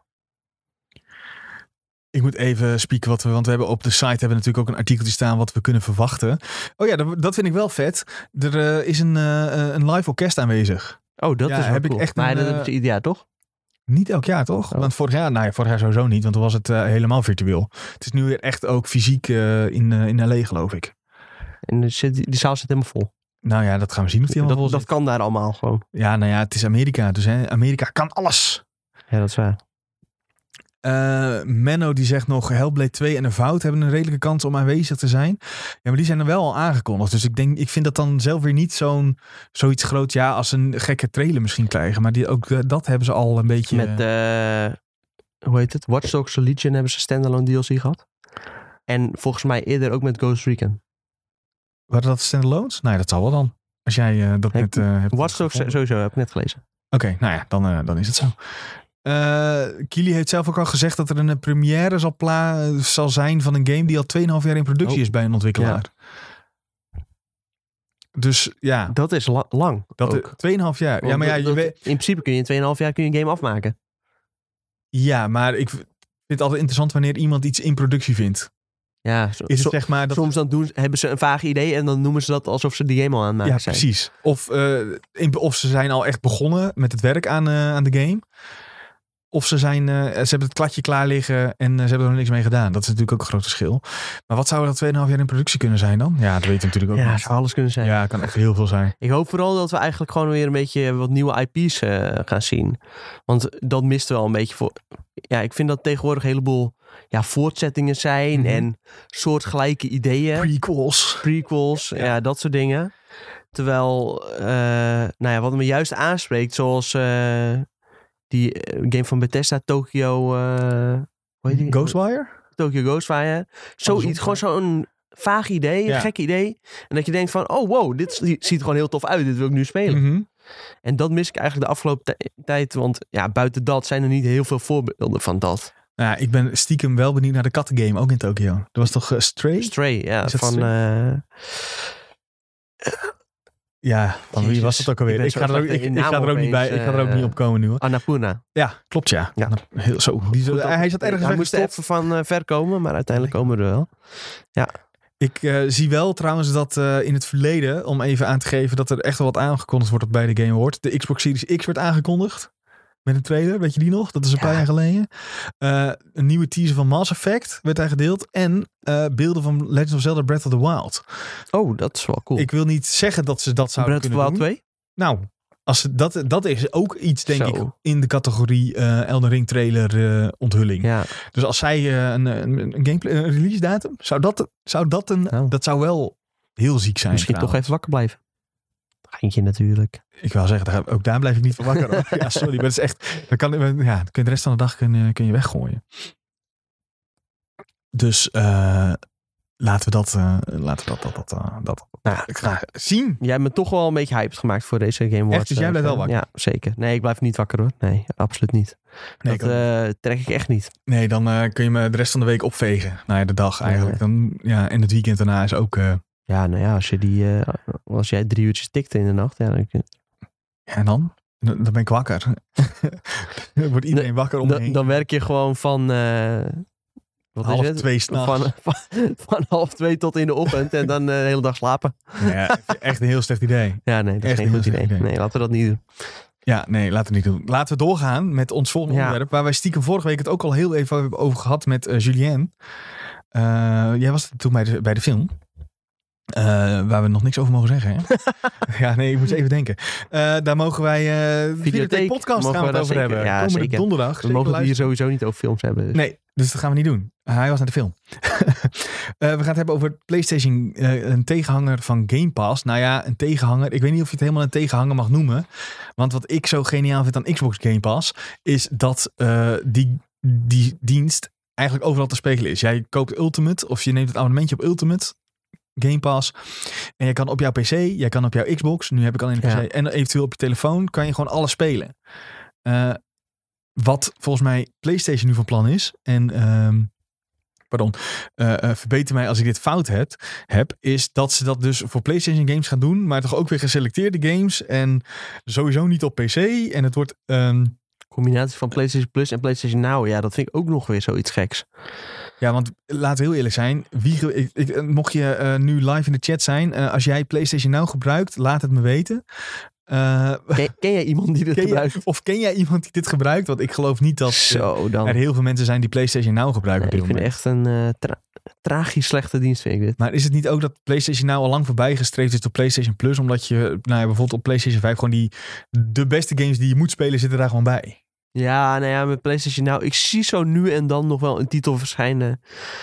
Ik moet even spieken wat we... Want we hebben op de site hebben we natuurlijk ook een artikeltje staan wat we kunnen verwachten. Oh ja, dat, dat vind ik wel vet. Er uh, is een, uh, een live orkest aanwezig. Oh, dat ja, is wel heb cool. Ik echt maar een, dat uh, is ieder jaar, toch? Niet elk jaar, toch? Oh. Want vorig jaar, nou ja, vorig jaar sowieso niet, want toen was het uh, helemaal virtueel. Het is nu weer echt ook fysiek uh, in, uh, in L A, geloof ik. En de, die, die zaal zit helemaal vol. Nou ja, dat gaan we zien of die helemaal dat, vol zit. Dat kan daar allemaal gewoon. Ja, nou ja, het is Amerika, dus hè, Amerika kan alles. Ja, dat is waar. Uh, Menno die zegt nog Hellblade twee en Avowed hebben een redelijke kans om aanwezig te zijn. Ja, maar die zijn er wel al aangekondigd. Dus ik denk, ik vind dat dan zelf weer niet zo'n zoiets groot, ja, als een gekke trailer misschien krijgen. Maar die, ook uh, dat hebben ze al een beetje... Met, uh, hoe heet het? Watch Dogs Legion hebben ze standalone D L C gehad. En volgens mij eerder ook met Ghost Recon. Waren dat standalones? Nee, dat zal wel dan. Als jij uh, dat heb, net uh, hebt... Watch Dogs sowieso, heb ik net gelezen. Oké, okay, nou ja, dan, uh, dan is het zo. Uh, Kili heeft zelf ook al gezegd dat er een première zal, pla- zal zijn van een game die al twee komma vijf jaar in productie oh. is bij een ontwikkelaar. Ja. Dus ja. Dat is la- lang. Dat twee komma vijf jaar. Want ja, maar ja, dat, je weet... In principe kun je in twee komma vijf jaar kun je een game afmaken. Ja, maar ik vind het altijd interessant wanneer iemand iets in productie vindt. Ja, zo, is het, so, zeg maar, dat... soms dan doen, hebben ze een vaag idee en dan noemen ze dat alsof ze die game al aan het maken ja, zijn. Precies. Of, uh, in, of ze zijn al echt begonnen met het werk aan, uh, aan de game. Of ze, zijn, uh, ze hebben het kladje klaar liggen en uh, ze hebben er nog niks mee gedaan. Dat is natuurlijk ook een groot verschil. Maar wat zou dat twee komma vijf jaar in productie kunnen zijn dan? Ja, dat weten we natuurlijk ook ja, niet. Ja, zou alles kunnen zijn. Ja, het kan echt heel veel zijn. Ik hoop vooral dat we eigenlijk gewoon weer een beetje wat nieuwe I P's uh, gaan zien. Want dat mist wel een beetje voor... Ja, ik vind dat tegenwoordig een heleboel ja, voortzettingen zijn mm-hmm. en soortgelijke ideeën. Prequels. Prequels, ja. ja, dat soort dingen. Terwijl, uh, nou ja, wat me juist aanspreekt, zoals... Uh, Die game van Bethesda, Tokyo... Uh, hoe heet die? Ghostwire? Tokyo Ghostwire. Zoiets, gewoon zo'n vaag idee, ja. een gek idee. En dat je denkt van, oh wow, dit ziet er gewoon heel tof uit. Dit wil ik nu spelen. Mm-hmm. En dat mis ik eigenlijk de afgelopen t- tijd. Want ja, buiten dat zijn er niet heel veel voorbeelden van dat. Ja, ik ben stiekem wel benieuwd naar de kattengame, ook in Tokyo. Dat was toch uh, Stray? Stray, ja. Van... Stray? Uh, Ja, van wie was het ook alweer? Ik, ik ga er ook, ik, ik ga er ook niet bij. Ik ga er ook niet op komen nu hoor. Annapurna. Ja, klopt ja. ja. Heel, zo. Die, Goed, hij zat ergens. Hij moest er even van uh, ver komen, maar uiteindelijk komen we er wel. Ja. Ik uh, zie wel trouwens dat uh, in het verleden, om even aan te geven dat er echt wel wat aangekondigd wordt bij de Game Awards. De Xbox Series X werd aangekondigd. Met een trailer, weet je die nog? Dat is een ja. paar jaar geleden. Uh, een nieuwe teaser van Mass Effect werd daar gedeeld. En uh, beelden van Legend of Zelda Breath of the Wild. Oh, dat is wel cool. Ik wil niet zeggen dat ze dat zouden Breath kunnen doen. Breath of the Wild twee? Nou, als ze dat, dat is ook iets, denk Zo. ik, in de categorie uh, Elden Ring trailer uh, onthulling. Ja. Dus als zij uh, een, een, een gameplay een release datum, zou dat, zou dat een, oh. dat zou wel heel ziek zijn. Misschien trouwens. toch even wakker blijven. Geintje natuurlijk. Ik wil zeggen, daar, ook daar blijf ik niet van wakker. Hoor. Ja, sorry, maar het is echt... Dan kan, ja, dan kun je de rest van de dag kun, kun je weggooien. Dus uh, laten we dat... Uh, laten we dat... dat, dat, uh, dat nou, ik ga zien. Jij hebt me toch wel een beetje hyped gemaakt voor deze Game Awards. Echt, dus jij blijft wel wakker? Ja, zeker. Nee, ik blijf niet wakker hoor. Nee, absoluut niet. Nee, dat uh, trek ik echt niet. Nee, dan uh, kun je me de rest van de week opvegen. Nou ja, de dag eigenlijk. Ja. Dan, ja, en het weekend daarna is ook... Uh, ja, nou ja, als, je die, uh, als jij drie uurtjes tikte in de nacht... Ja, dan kun je... ja, en dan? Dan ben ik wakker. Wordt iedereen de, wakker om me heen. Dan, dan werk je gewoon van... Uh, wat half is het? twee s'nachts. Van, van, van half twee tot in de ochtend en dan uh, de hele dag slapen. Ja, echt een heel slecht idee. Ja, nee, dat echt is geen goed idee. idee. Nee, laten we dat niet doen. Ja, nee, laten we niet doen. Laten we doorgaan met ons volgende ja. onderwerp. Waar wij stiekem vorige week het ook al heel even hebben over gehad met uh, Julien. Uh, jij was toen bij de, bij de film. Uh, waar we nog niks over mogen zeggen. Hè? ja, nee, ik moet even denken. Uh, daar mogen wij uh, Videotheek podcast gaan we het over zeker. hebben. Ja, komende zeker. donderdag. We mogen het hier sowieso niet over films hebben. Dus. Nee, dus dat gaan we niet doen. Uh, hij was naar de film. uh, we gaan het hebben over PlayStation, uh, een tegenhanger van Game Pass. Nou ja, een tegenhanger. Ik weet niet of je het helemaal een tegenhanger mag noemen. Want wat ik zo geniaal vind aan Xbox Game Pass is dat uh, die, die dienst eigenlijk overal te spelen is. Jij koopt Ultimate of je neemt het abonnementje op Ultimate Game Pass. En je kan op jouw P C, jij kan op jouw Xbox, nu heb ik alleen een P C, ja. en eventueel op je telefoon kan je gewoon alles spelen. Uh, wat volgens mij PlayStation nu van plan is, en um, pardon, uh, uh, verbeter mij als ik dit fout heb, heb, is dat ze dat dus voor PlayStation games gaan doen, maar toch ook weer geselecteerde games en sowieso niet op P C. En het wordt... Um, combinatie van PlayStation Plus en PlayStation Now. Ja, dat vind ik ook nog weer zoiets geks. Ja, want laten we heel eerlijk zijn. Wie, ik, ik, mocht je uh, nu live in de chat zijn. Uh, als jij PlayStation Now gebruikt, laat het me weten. Uh, ken, ken jij iemand die dit ken gebruikt? Je, of ken jij iemand die dit gebruikt? Want ik geloof niet dat Zo, dan. er heel veel mensen zijn die PlayStation Now gebruiken. Nee, ik vind het echt een uh, tra- tragisch slechte dienst, vind ik dit. Maar is het niet ook dat PlayStation Now al lang voorbij gestreefd is door PlayStation Plus? Omdat je nou ja, bijvoorbeeld op PlayStation vijf gewoon die de beste games die je moet spelen zitten daar gewoon bij. Ja, nou ja, met PlayStation Now, ik zie zo nu en dan nog wel een titel verschijnen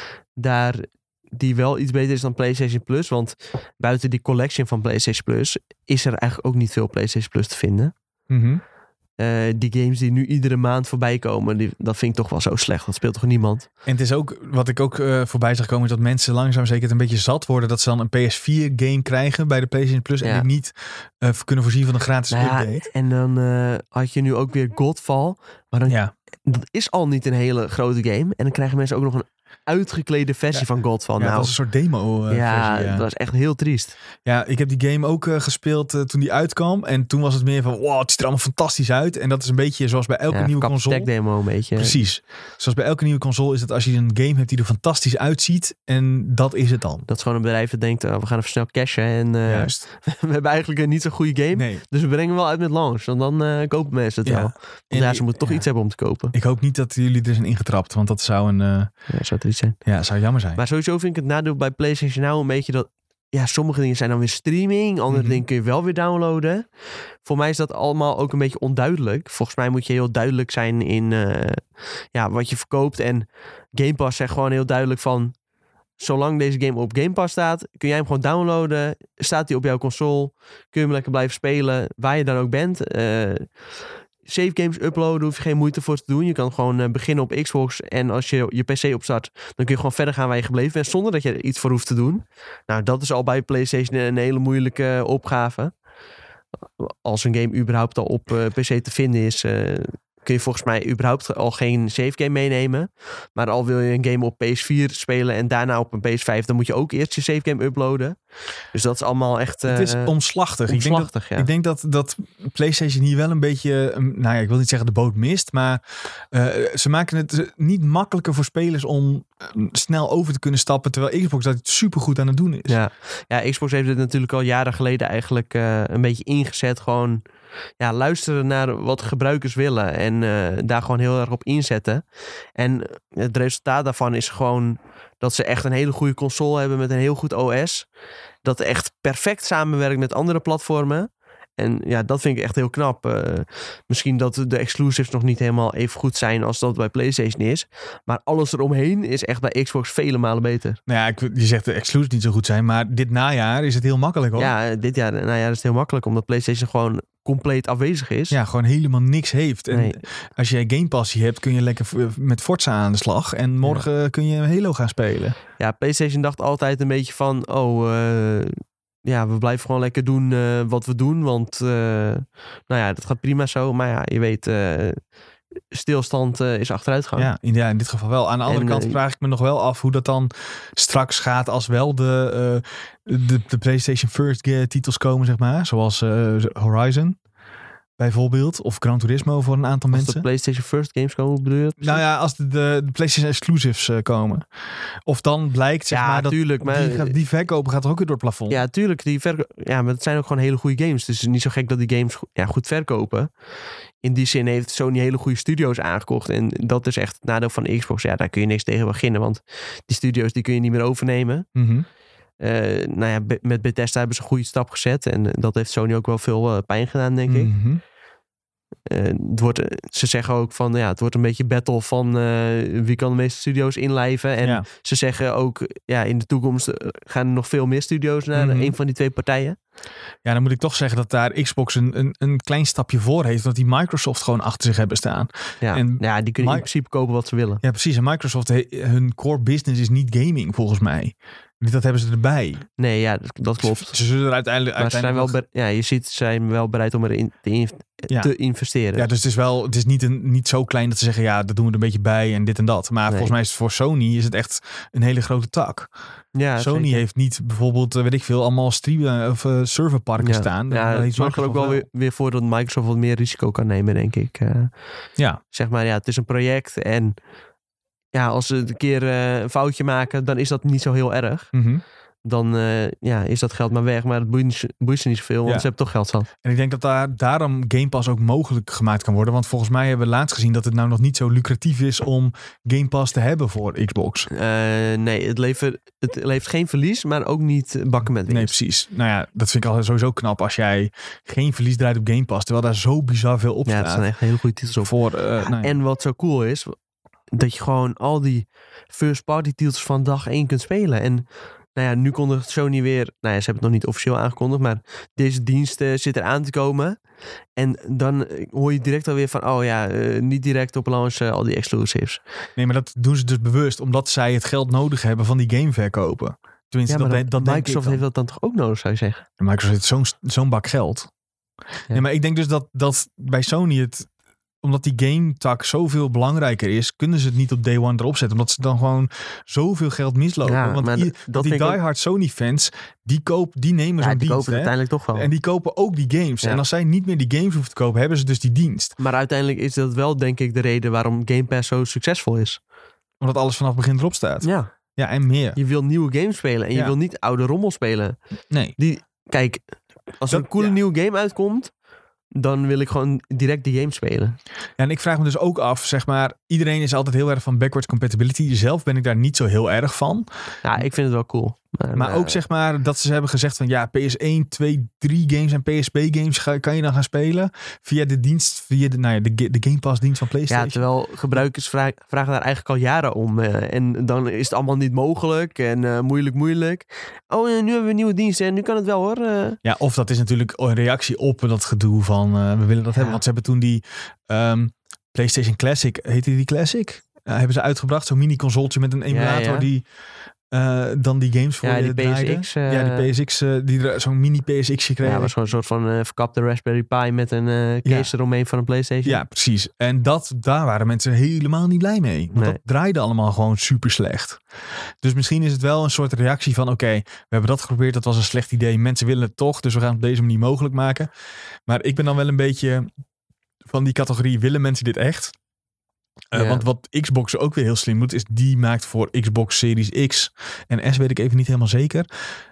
daar die wel iets beter is dan PlayStation Plus. Want buiten die collection van PlayStation Plus is er eigenlijk ook niet veel PlayStation Plus te vinden. Mm-hmm. Uh, die games die nu iedere maand voorbij komen, die, dat vind ik toch wel zo slecht. Dat speelt toch niemand? En het is ook, wat ik ook uh, voorbij zag komen, is dat mensen langzaam zeker het een beetje zat worden dat ze dan een P S vier game krijgen bij de PlayStation Plus ja. en die niet uh, kunnen voorzien van een gratis nou update. Ja, en dan uh, had je nu ook weer Godfall, maar dan, ja. dat is al niet een hele grote game. En dan krijgen mensen ook nog een uitgeklede versie ja. van Godfall. Ja, nou, dat was een soort demo uh, ja, versie. Ja, dat was echt heel triest. Ja, ik heb die game ook uh, gespeeld uh, toen die uitkwam. En toen was het meer van, wow, het ziet er allemaal fantastisch uit. En dat is een beetje zoals bij elke ja, nieuwe console. Demo een beetje. Precies. Zoals bij elke nieuwe console is dat als je een game hebt die er fantastisch uitziet. En dat is het dan. Dat is gewoon een bedrijf dat denkt, uh, we gaan even snel cashen. En uh, Juist. we hebben eigenlijk een niet zo goede game. Nee. Dus we brengen hem wel uit met launch. Want dan uh, kopen mensen het ja. wel. Want ja, ze moeten toch ja. iets hebben om te kopen. Ik hoop niet dat jullie er zijn ingetrapt. Want dat zou een... Uh, ja, zou triest zijn. Ja, zou jammer zijn. Maar sowieso vind ik het nadeel bij PlayStation Now een beetje dat... Ja, sommige dingen zijn dan weer streaming. Andere mm-hmm. dingen kun je wel weer downloaden. Voor mij is dat allemaal ook een beetje onduidelijk. Volgens mij moet je heel duidelijk zijn in uh, ja, wat je verkoopt. En Game Pass zegt gewoon heel duidelijk van... Zolang deze game op Game Pass staat, kun jij hem gewoon downloaden. Staat hij op jouw console, kun je hem lekker blijven spelen. Waar je dan ook bent. Uh, Save games uploaden, hoef je geen moeite voor te doen. Je kan gewoon uh, beginnen op Xbox. En als je je P C opstart, dan kun je gewoon verder gaan waar je gebleven bent. Zonder dat je er iets voor hoeft te doen. Nou, dat is al bij PlayStation een hele moeilijke opgave. Als een game überhaupt al op uh, P C te vinden is... Uh, kun je volgens mij überhaupt al geen save game meenemen. Maar al wil je een game op P S vier spelen en daarna op een P S vijf... dan moet je ook eerst je save game uploaden. Dus dat is allemaal echt... Uh, het is omslachtig. omslachtig ik denk, dat, ja. ik denk dat, dat PlayStation hier wel een beetje... Nou ja, ik wil niet zeggen de boot mist, maar uh, ze maken het niet makkelijker voor spelers om snel over te kunnen stappen, terwijl Xbox dat supergoed aan het doen is. Ja, ja Xbox heeft het natuurlijk al jaren geleden eigenlijk uh, een beetje ingezet. Gewoon ja, luisteren naar wat gebruikers willen en uh, daar gewoon heel erg op inzetten. En het resultaat daarvan is gewoon dat ze echt een hele goede console hebben met een heel goed O S. Dat echt perfect samenwerkt met andere platformen. En ja, dat vind ik echt heel knap. Uh, misschien dat de exclusives nog niet helemaal even goed zijn als dat bij PlayStation is. Maar alles eromheen is echt bij Xbox vele malen beter. Nou ja, ik, je zegt de exclusives niet zo goed zijn, maar dit najaar is het heel makkelijk hoor. Ja, dit jaar najaar is het heel makkelijk, omdat PlayStation gewoon compleet afwezig is. Ja, gewoon helemaal niks heeft. En nee. als jij Game Passie hebt, kun je lekker met Forza aan de slag. En morgen ja. kun je Halo gaan spelen. Ja, PlayStation dacht altijd een beetje van, oh, uh, ja, we blijven gewoon lekker doen uh, wat we doen. Want, uh, nou ja, dat gaat prima zo. Maar ja, je weet, uh, stilstand uh, is achteruitgang. Ja in, ja, in dit geval wel. Aan de andere en, kant uh, vraag ik me nog wel af hoe dat dan straks gaat als wel de, uh, de, de PlayStation First titels komen, zeg maar. Zoals uh, Horizon. Bijvoorbeeld. Of Gran Turismo voor een aantal als mensen. Als de PlayStation First games komen, bedoel je? Nou ja, als de, de, de PlayStation exclusives uh, komen. Of dan blijkt, zeg ja, maar, dat tuurlijk, maar die, gaat, die verkopen gaat ook weer door het plafond. Ja, tuurlijk. Die verko- ja, maar het zijn ook gewoon hele goede games. Dus het is niet zo gek dat die games ja, goed verkopen. In die zin heeft Sony hele goede studio's aangekocht. En dat is echt het nadeel van de Xbox. Ja, daar kun je niks tegen beginnen. Want die studio's die kun je niet meer overnemen. Mm-hmm. Uh, nou ja, be- met Bethesda hebben ze een goede stap gezet. En dat heeft Sony ook wel veel uh, pijn gedaan, denk ik. Mm-hmm. Uh, het wordt, ze zeggen ook van ja, het wordt een beetje battle van uh, wie kan de meeste studio's inlijven. En ja. ze zeggen ook ja, in de toekomst gaan er nog veel meer studio's naar mm-hmm. een van die twee partijen. Ja, dan moet ik toch zeggen dat daar Xbox een, een, een klein stapje voor heeft. Want die Microsoft gewoon achter zich hebben staan. Ja, en ja die kunnen My- in principe kopen wat ze willen. Ja, precies. En Microsoft, hun core business is niet gaming volgens mij. Dat hebben ze erbij. Nee, ja, dat, dat klopt. Ze, ze zullen er uiteindelijk... Maar uiteindelijk ze zijn wel, be- ja, je ziet, ze zijn wel bereid om erin te, in, ja. te investeren. Ja, dus het is wel, het is niet, een, niet zo klein dat ze zeggen, ja, dat doen we er een beetje bij en dit en dat. Maar nee. volgens mij is het voor Sony is het echt een hele grote tak. Ja, Sony zeker. heeft niet bijvoorbeeld, weet ik veel, allemaal streamen of uh, serverparken ja. staan. Ja, dat het zorgt er ook wel weer, weer voor dat Microsoft wat meer risico kan nemen, denk ik. Uh, ja. Zeg maar, ja, het is een project en ja, als ze een keer uh, een foutje maken, dan is dat niet zo heel erg. Mm-hmm. Dan uh, ja, is dat geld maar weg. Maar het boeit, boeit ze niet zoveel, want ja. ze hebben toch geld zat. En ik denk dat daar, daarom Game Pass ook mogelijk gemaakt kan worden. Want volgens mij hebben we laatst gezien dat het nou nog niet zo lucratief is om Game Pass te hebben voor Xbox. Uh, nee, het levert, het levert geen verlies, maar ook niet bakken met winst. Nee, precies. Nou ja, dat vind ik al sowieso knap als jij geen verlies draait op Game Pass. Terwijl daar zo bizar veel op ja, staat. Ja, dat zijn echt hele goede titels op. Voor, uh, ja, nou ja. En wat zo cool is, dat je gewoon al die first party titels van dag één kunt spelen. En nou ja, nu kondigt Sony weer... Nou ja, ze hebben het nog niet officieel aangekondigd, maar deze dienst uh, zit er aan te komen. En dan hoor je direct alweer van... Oh ja, uh, niet direct op launch uh, al die exclusives. Nee, maar dat doen ze dus bewust, omdat zij het geld nodig hebben van die gameverkopen. Tenminste, ja, maar dat, dat, dat Microsoft heeft dat dan toch ook nodig, zou je zeggen? Microsoft heeft zo'n, zo'n bak geld. Ja. Nee, maar ik denk dus dat, dat bij Sony het... Omdat die game-tak zoveel belangrijker is, kunnen ze het niet op day one erop zetten. Omdat ze dan gewoon zoveel geld mislopen. Ja, Want maar die, dat die diehard ook... Sony-fans, die, koop, die nemen ja, zo'n die dienst. kopen uiteindelijk toch wel. En die kopen ook die games. Ja. En als zij niet meer die games hoeven te kopen, hebben ze dus die dienst. Maar uiteindelijk is dat wel, denk ik, de reden waarom Game Pass zo succesvol is. Omdat alles vanaf het begin erop staat. Ja. Ja, en meer. Je wil nieuwe games spelen en je ja. wil niet oude rommel spelen. Nee. Die, kijk, als er dat, een coole ja. nieuwe game uitkomt, dan wil ik gewoon direct die game spelen. Ja, en ik vraag me dus ook af, zeg maar, iedereen is altijd heel erg van backwards compatibility. Zelf ben ik daar niet zo heel erg van. Ja, ik vind het wel cool. Maar, maar ook zeg maar dat ze hebben gezegd van ja, P S één, twee, drie games en P S P games ga, kan je dan gaan spelen via de dienst, via de, nou ja, de, de Game Pass dienst van PlayStation. Ja, terwijl gebruikers vragen, vragen daar eigenlijk al jaren om. Uh, en dan is het allemaal niet mogelijk en uh, moeilijk, moeilijk. Oh, uh, nu hebben we een nieuwe dienst en nu kan het wel hoor. Uh. Ja, of dat is natuurlijk een reactie op dat gedoe van uh, we willen dat ja. hebben. Want ze hebben toen die um, PlayStation Classic, heette die Classic? Uh, hebben ze uitgebracht, zo'n mini-consoltje met een emulator ja, ja. die... Uh, dan die games voor ja, je die P S X, uh, ja, die P S X, uh, die er zo'n mini P S X gekregen. Ja, was gewoon een soort van uh, verkapte Raspberry Pi met een uh, case ja. eromheen van een PlayStation. Ja, precies. En dat, daar waren mensen helemaal niet blij mee. Want nee. dat draaide allemaal gewoon super slecht. Dus misschien is het wel een soort reactie van oké, okay, we hebben dat geprobeerd, dat was een slecht idee. Mensen willen het toch, dus we gaan het op deze manier mogelijk maken. Maar ik ben dan wel een beetje van die categorie, willen mensen dit echt? Uh, ja. Want wat Xbox ook weer heel slim doet, is die maakt voor Xbox Series X en S, weet ik even niet helemaal zeker,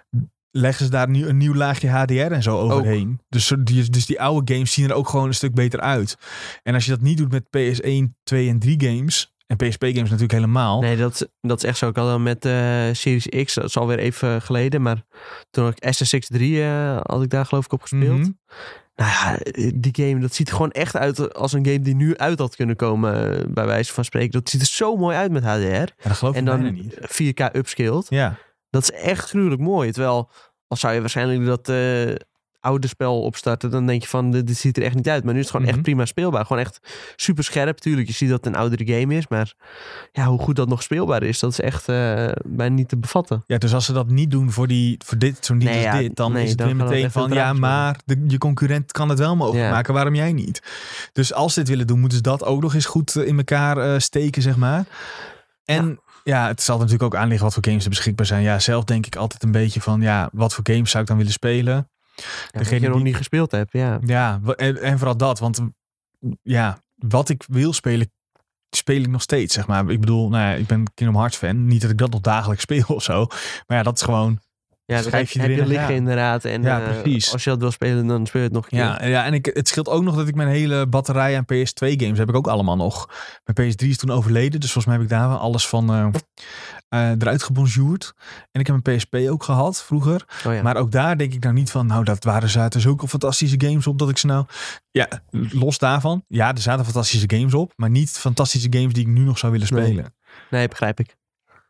leggen ze daar nu een nieuw laagje H D R en zo overheen. Dus die, dus die oude games zien er ook gewoon een stuk beter uit. En als je dat niet doet met P S één, twee en drie games, en P S P games natuurlijk helemaal. Nee, dat, dat is echt zo. Ik had al met uh, Series X, dat is alweer even geleden, maar toen ik S S X drie uh, had ik daar geloof ik op gespeeld. Mm-hmm. Nou ja, die game, dat ziet er gewoon echt uit als een game die nu uit had kunnen komen, bij wijze van spreken. Dat ziet er zo mooi uit met H D R. Ja, dat geloof ik en dan bijna niet. vier K upscaled. Ja. Dat is echt gruwelijk mooi. Terwijl, als zou je waarschijnlijk dat uh, oude spel opstarten, dan denk je van, dit, dit ziet er echt niet uit. Maar nu is het gewoon mm-hmm. echt prima speelbaar. Gewoon echt super scherp. Tuurlijk, je ziet dat het een oudere game is, maar ja, hoe goed dat nog speelbaar is, dat is echt uh, bijna niet te bevatten. Ja, dus als ze dat niet doen voor, die, voor dit, zo'n dienst nee, als ja, dit, dan nee, is het dan weer meteen van, ja, maar de, je concurrent kan het wel mogelijk ja. maken, waarom jij niet? Dus als ze dit willen doen, moeten ze dat ook nog eens goed in elkaar uh, steken, zeg maar. En ja. ja, het zal natuurlijk ook aanliggen wat voor games er beschikbaar zijn. Ja, zelf denk ik altijd een beetje van, ja, wat voor games zou ik dan willen spelen? Ja, dat je nog die, niet gespeeld hebt, ja. Ja, en, en vooral dat, want ja, wat ik wil spelen, speel ik nog steeds, zeg maar. Ik bedoel, nou ja, ik ben Kingdom Hearts fan. Niet dat ik dat nog dagelijks speel of zo. Maar ja, dat is gewoon... Ja, dat schrijf je, heb je liggen inderdaad. En ja, uh, precies. Als je dat wil spelen, dan speel je het nog een keer. Ja, ja, en ik, het scheelt ook nog dat ik mijn hele batterij aan P S twee games heb ik ook allemaal nog. Mijn P S drie is toen overleden, dus volgens mij heb ik daar alles van uh, uh, eruit gebonjourd. En ik heb een P S P ook gehad vroeger. Oh ja. Maar ook daar denk ik nou niet van, nou dat waren zaten zulke fantastische games op dat ik ze nou... Ja, los daarvan. Ja, er zaten fantastische games op, maar niet fantastische games die ik nu nog zou willen spelen. Nee, nee begrijp ik.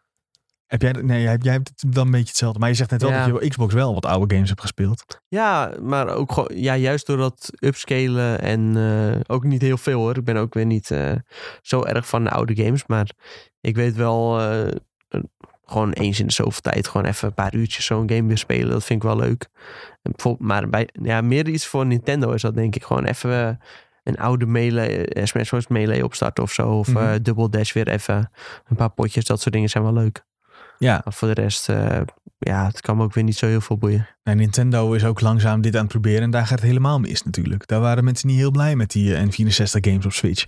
Heb jij, nee, jij, jij hebt dan een beetje hetzelfde. Maar je zegt net wel ja. dat je op Xbox wel wat oude games hebt gespeeld. Ja, maar ook gewoon, ja, juist door dat upscalen en uh, ook niet heel veel hoor. Ik ben ook weer niet uh, zo erg van de oude games. Maar ik weet wel, uh, uh, gewoon eens in de zoveel tijd gewoon even een paar uurtjes zo'n game weer spelen. Dat vind ik wel leuk. En bijvoorbeeld, maar bij, ja, meer iets voor Nintendo is dat denk ik. Gewoon even uh, een oude Melee, uh, Smash Bros. Melee opstarten of zo. Of mm-hmm. uh, Double Dash weer even een paar potjes. Dat soort dingen zijn wel leuk. Ja. Maar voor de rest, uh, ja, het kan me ook weer niet zo heel veel boeien. Nee, Nintendo is ook langzaam dit aan het proberen. En daar gaat het helemaal mis natuurlijk. Daar waren mensen niet heel blij met die uh, N vierenzestig games op Switch.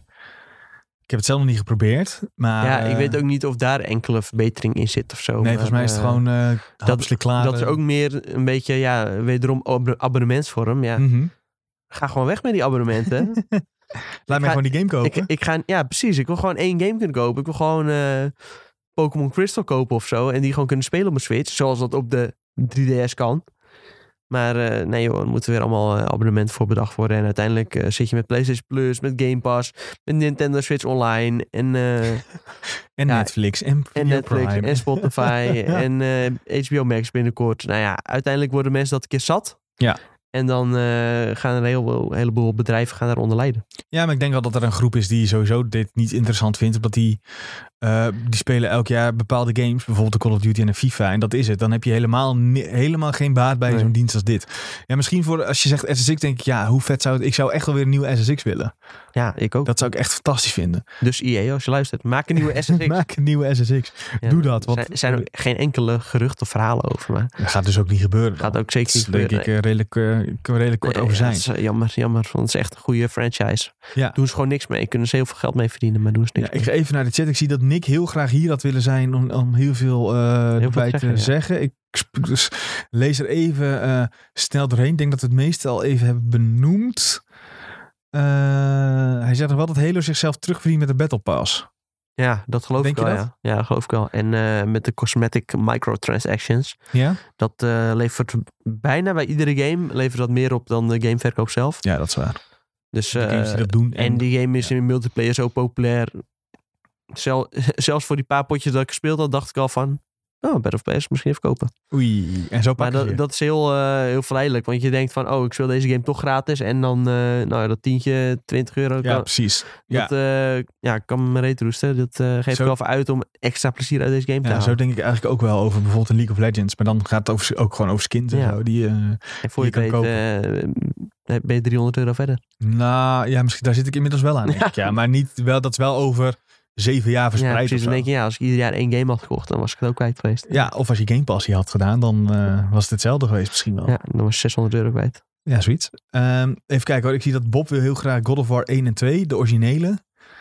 Ik heb het zelf nog niet geprobeerd. Maar, ja, ik uh, weet ook niet of daar enkele verbetering in zit of zo. Nee, maar, volgens mij is het uh, gewoon uh, dat, klaar. Dat is ook meer een beetje, ja, wederom abonnementsvorm. Ja. Mm-hmm. Ga gewoon weg met die abonnementen. Laat mij gewoon die game kopen. Ik, ik ga, ja, precies. Ik wil gewoon één game kunnen kopen. Ik wil gewoon... Uh, Pokémon Crystal kopen of zo. En die gewoon kunnen spelen op mijn Switch. Zoals dat op de drie D S kan. Maar uh, nee joh, er moeten weer allemaal uh, abonnementen voor bedacht worden. En uiteindelijk uh, zit je met PlayStation Plus, met Game Pass, met Nintendo Switch Online. En, uh, en ja, Netflix. En, en Netflix Prime. en Spotify. En uh, H B O Max binnenkort. Nou ja, uiteindelijk worden mensen dat een keer zat. Ja. En dan uh, gaan er een heleboel, heleboel bedrijven gaan daaronder lijden. Ja, maar ik denk wel dat er een groep is die sowieso dit niet interessant vindt. Omdat die, uh, die spelen elk jaar bepaalde games. Bijvoorbeeld de Call of Duty en de FIFA. En dat is het. Dan heb je helemaal, helemaal geen baat bij nee. zo'n dienst als dit. Ja, misschien voor als je zegt S S X denk ik, ja, hoe vet zou het... Ik zou echt wel weer een nieuwe S S X willen. Ja, ik ook. Dat zou ik echt fantastisch vinden. Dus E A, als je luistert, maak een nieuwe S S X. Maak een nieuwe S S X. Ja, Doe dat. Er zijn, zijn ook geen enkele geruchten of verhalen over. Maar dat gaat dus ook niet gebeuren. Gaat ook zeker niet gebeuren. Denk ik uh, redelijk, uh, redelijk kort nee, over zijn. Ja, is jammer, jammer. Want het is echt een goede franchise. Ja. Doen ze gewoon niks mee. Kunnen ze heel veel geld mee verdienen, maar doen ze niks ja, mee. Ik ga even naar de chat. Ik zie dat Nick heel graag hier had willen zijn om, om heel veel uh, heel erbij te zeggen. Ja. zeggen. Ik dus lees er even uh, snel doorheen. Ik denk dat we het meeste al even hebben benoemd. Uh, hij zegt nog wel dat Halo zichzelf terugverdient met de Battle Pass. Ja, dat geloof denk ik wel. Dat? Ja. ja, dat geloof ik wel. En uh, met de cosmetic microtransactions. Ja? Dat uh, levert bijna bij iedere game levert dat meer op dan de gameverkoop zelf. Ja, dat is waar. Dus, uh, games die dat doen. En, en die game is ja. in multiplayer zo populair. Zel, zelfs voor die paar potjes dat ik gespeeld had, dacht ik al van... Oh, Battle of P S misschien even kopen. Oei, en zo pakken Maar dat, dat is heel, uh, heel verleidelijk. Want je denkt van, oh, ik speel deze game toch gratis. En dan, uh, nou dat tientje, twintig euro. Ja, kan, precies. Dat ja. Uh, ja, kan me reet roesten. Dat uh, geeft zo, wel even uit om extra plezier uit deze game te ja, halen. Zo denk ik eigenlijk ook wel over bijvoorbeeld een League of Legends. Maar dan gaat het over, ook gewoon over skins en ja. zo. Die, uh, en voor die je, je weet, uh, ben je driehonderd euro verder. Nou, ja, misschien daar zit ik inmiddels wel aan. Denk ik, ja, maar niet, wel, dat is wel over... zeven jaar verspreid. Ja, precies. Dan denk je, ja, als ik ieder jaar één game had gekocht, dan was ik het ook kwijt geweest. Ja, of als je Game Pass had gedaan, dan uh, was het hetzelfde geweest misschien wel. Ja, dan was zeshonderd euro kwijt. Ja, zoiets. Um, even kijken hoor. Ik zie dat Bob wil heel graag God of War één en twee, de originele.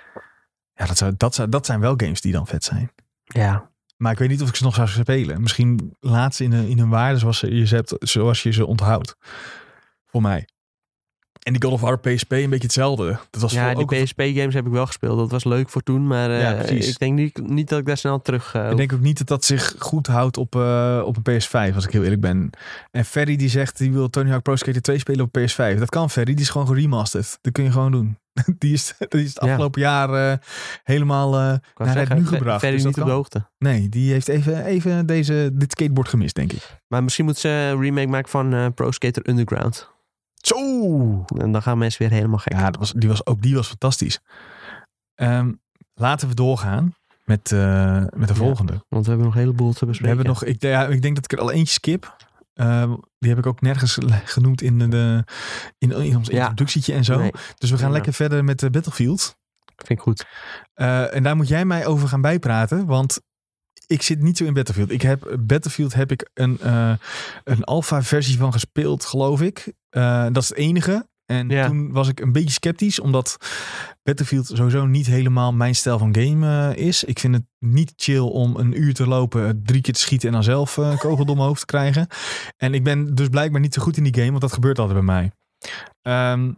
Ja, dat, zou, dat, zou, dat zijn wel games die dan vet zijn. Ja. Maar ik weet niet of ik ze nog zou spelen. Misschien laat ze in, in hun waarde zoals je, ze hebt, zoals je ze onthoudt. Voor mij. En die God of War P S P een beetje hetzelfde. Dat was ja, die ook P S P-games heb ik wel gespeeld. Dat was leuk voor toen, maar uh, ja, ik denk niet, niet dat ik daar snel terug... Uh, ik denk ook niet dat dat zich goed houdt op, uh, op een P S vijf, als ik heel eerlijk ben. En Ferry die zegt, die wil Tony Hawk Pro Skater twee spelen op P S vijf. Dat kan, Ferry. Die is gewoon geremasterd. Dat kun je gewoon doen. Die is, die is het afgelopen ja. jaar uh, helemaal uh, naar het nu gebracht. Ferry dus niet kan. op de hoogte. Nee, die heeft even, even deze, dit skateboard gemist, denk ik. Maar misschien moet ze een remake maken van uh, Pro Skater Underground. Zo! En dan gaan mensen weer helemaal gek. Ja, dat was, die was, ook die was fantastisch. Um, laten we doorgaan met, uh, met de ja, volgende. Want we hebben nog een heleboel te bespreken. We hebben nog, ik, ja, ik denk dat ik er al eentje skip. Uh, die heb ik ook nergens genoemd in, de, in, in ons ja. introductietje en zo. Nee. Dus we gaan ja. lekker verder met uh, Battlefield. Vind ik goed. Uh, en daar moet jij mij over gaan bijpraten. Want ik zit niet zo in Battlefield. Ik heb, Battlefield heb ik een, uh, een alpha versie van gespeeld, geloof ik. Uh, dat is het enige. En ja. toen was ik een beetje sceptisch, omdat Battlefield sowieso niet helemaal mijn stijl van game uh, is. Ik vind het niet chill om een uur te lopen, drie keer te schieten en dan zelf uh, kogel door mijn hoofd te krijgen. En ik ben dus blijkbaar niet zo goed in die game, want dat gebeurt altijd bij mij. Um,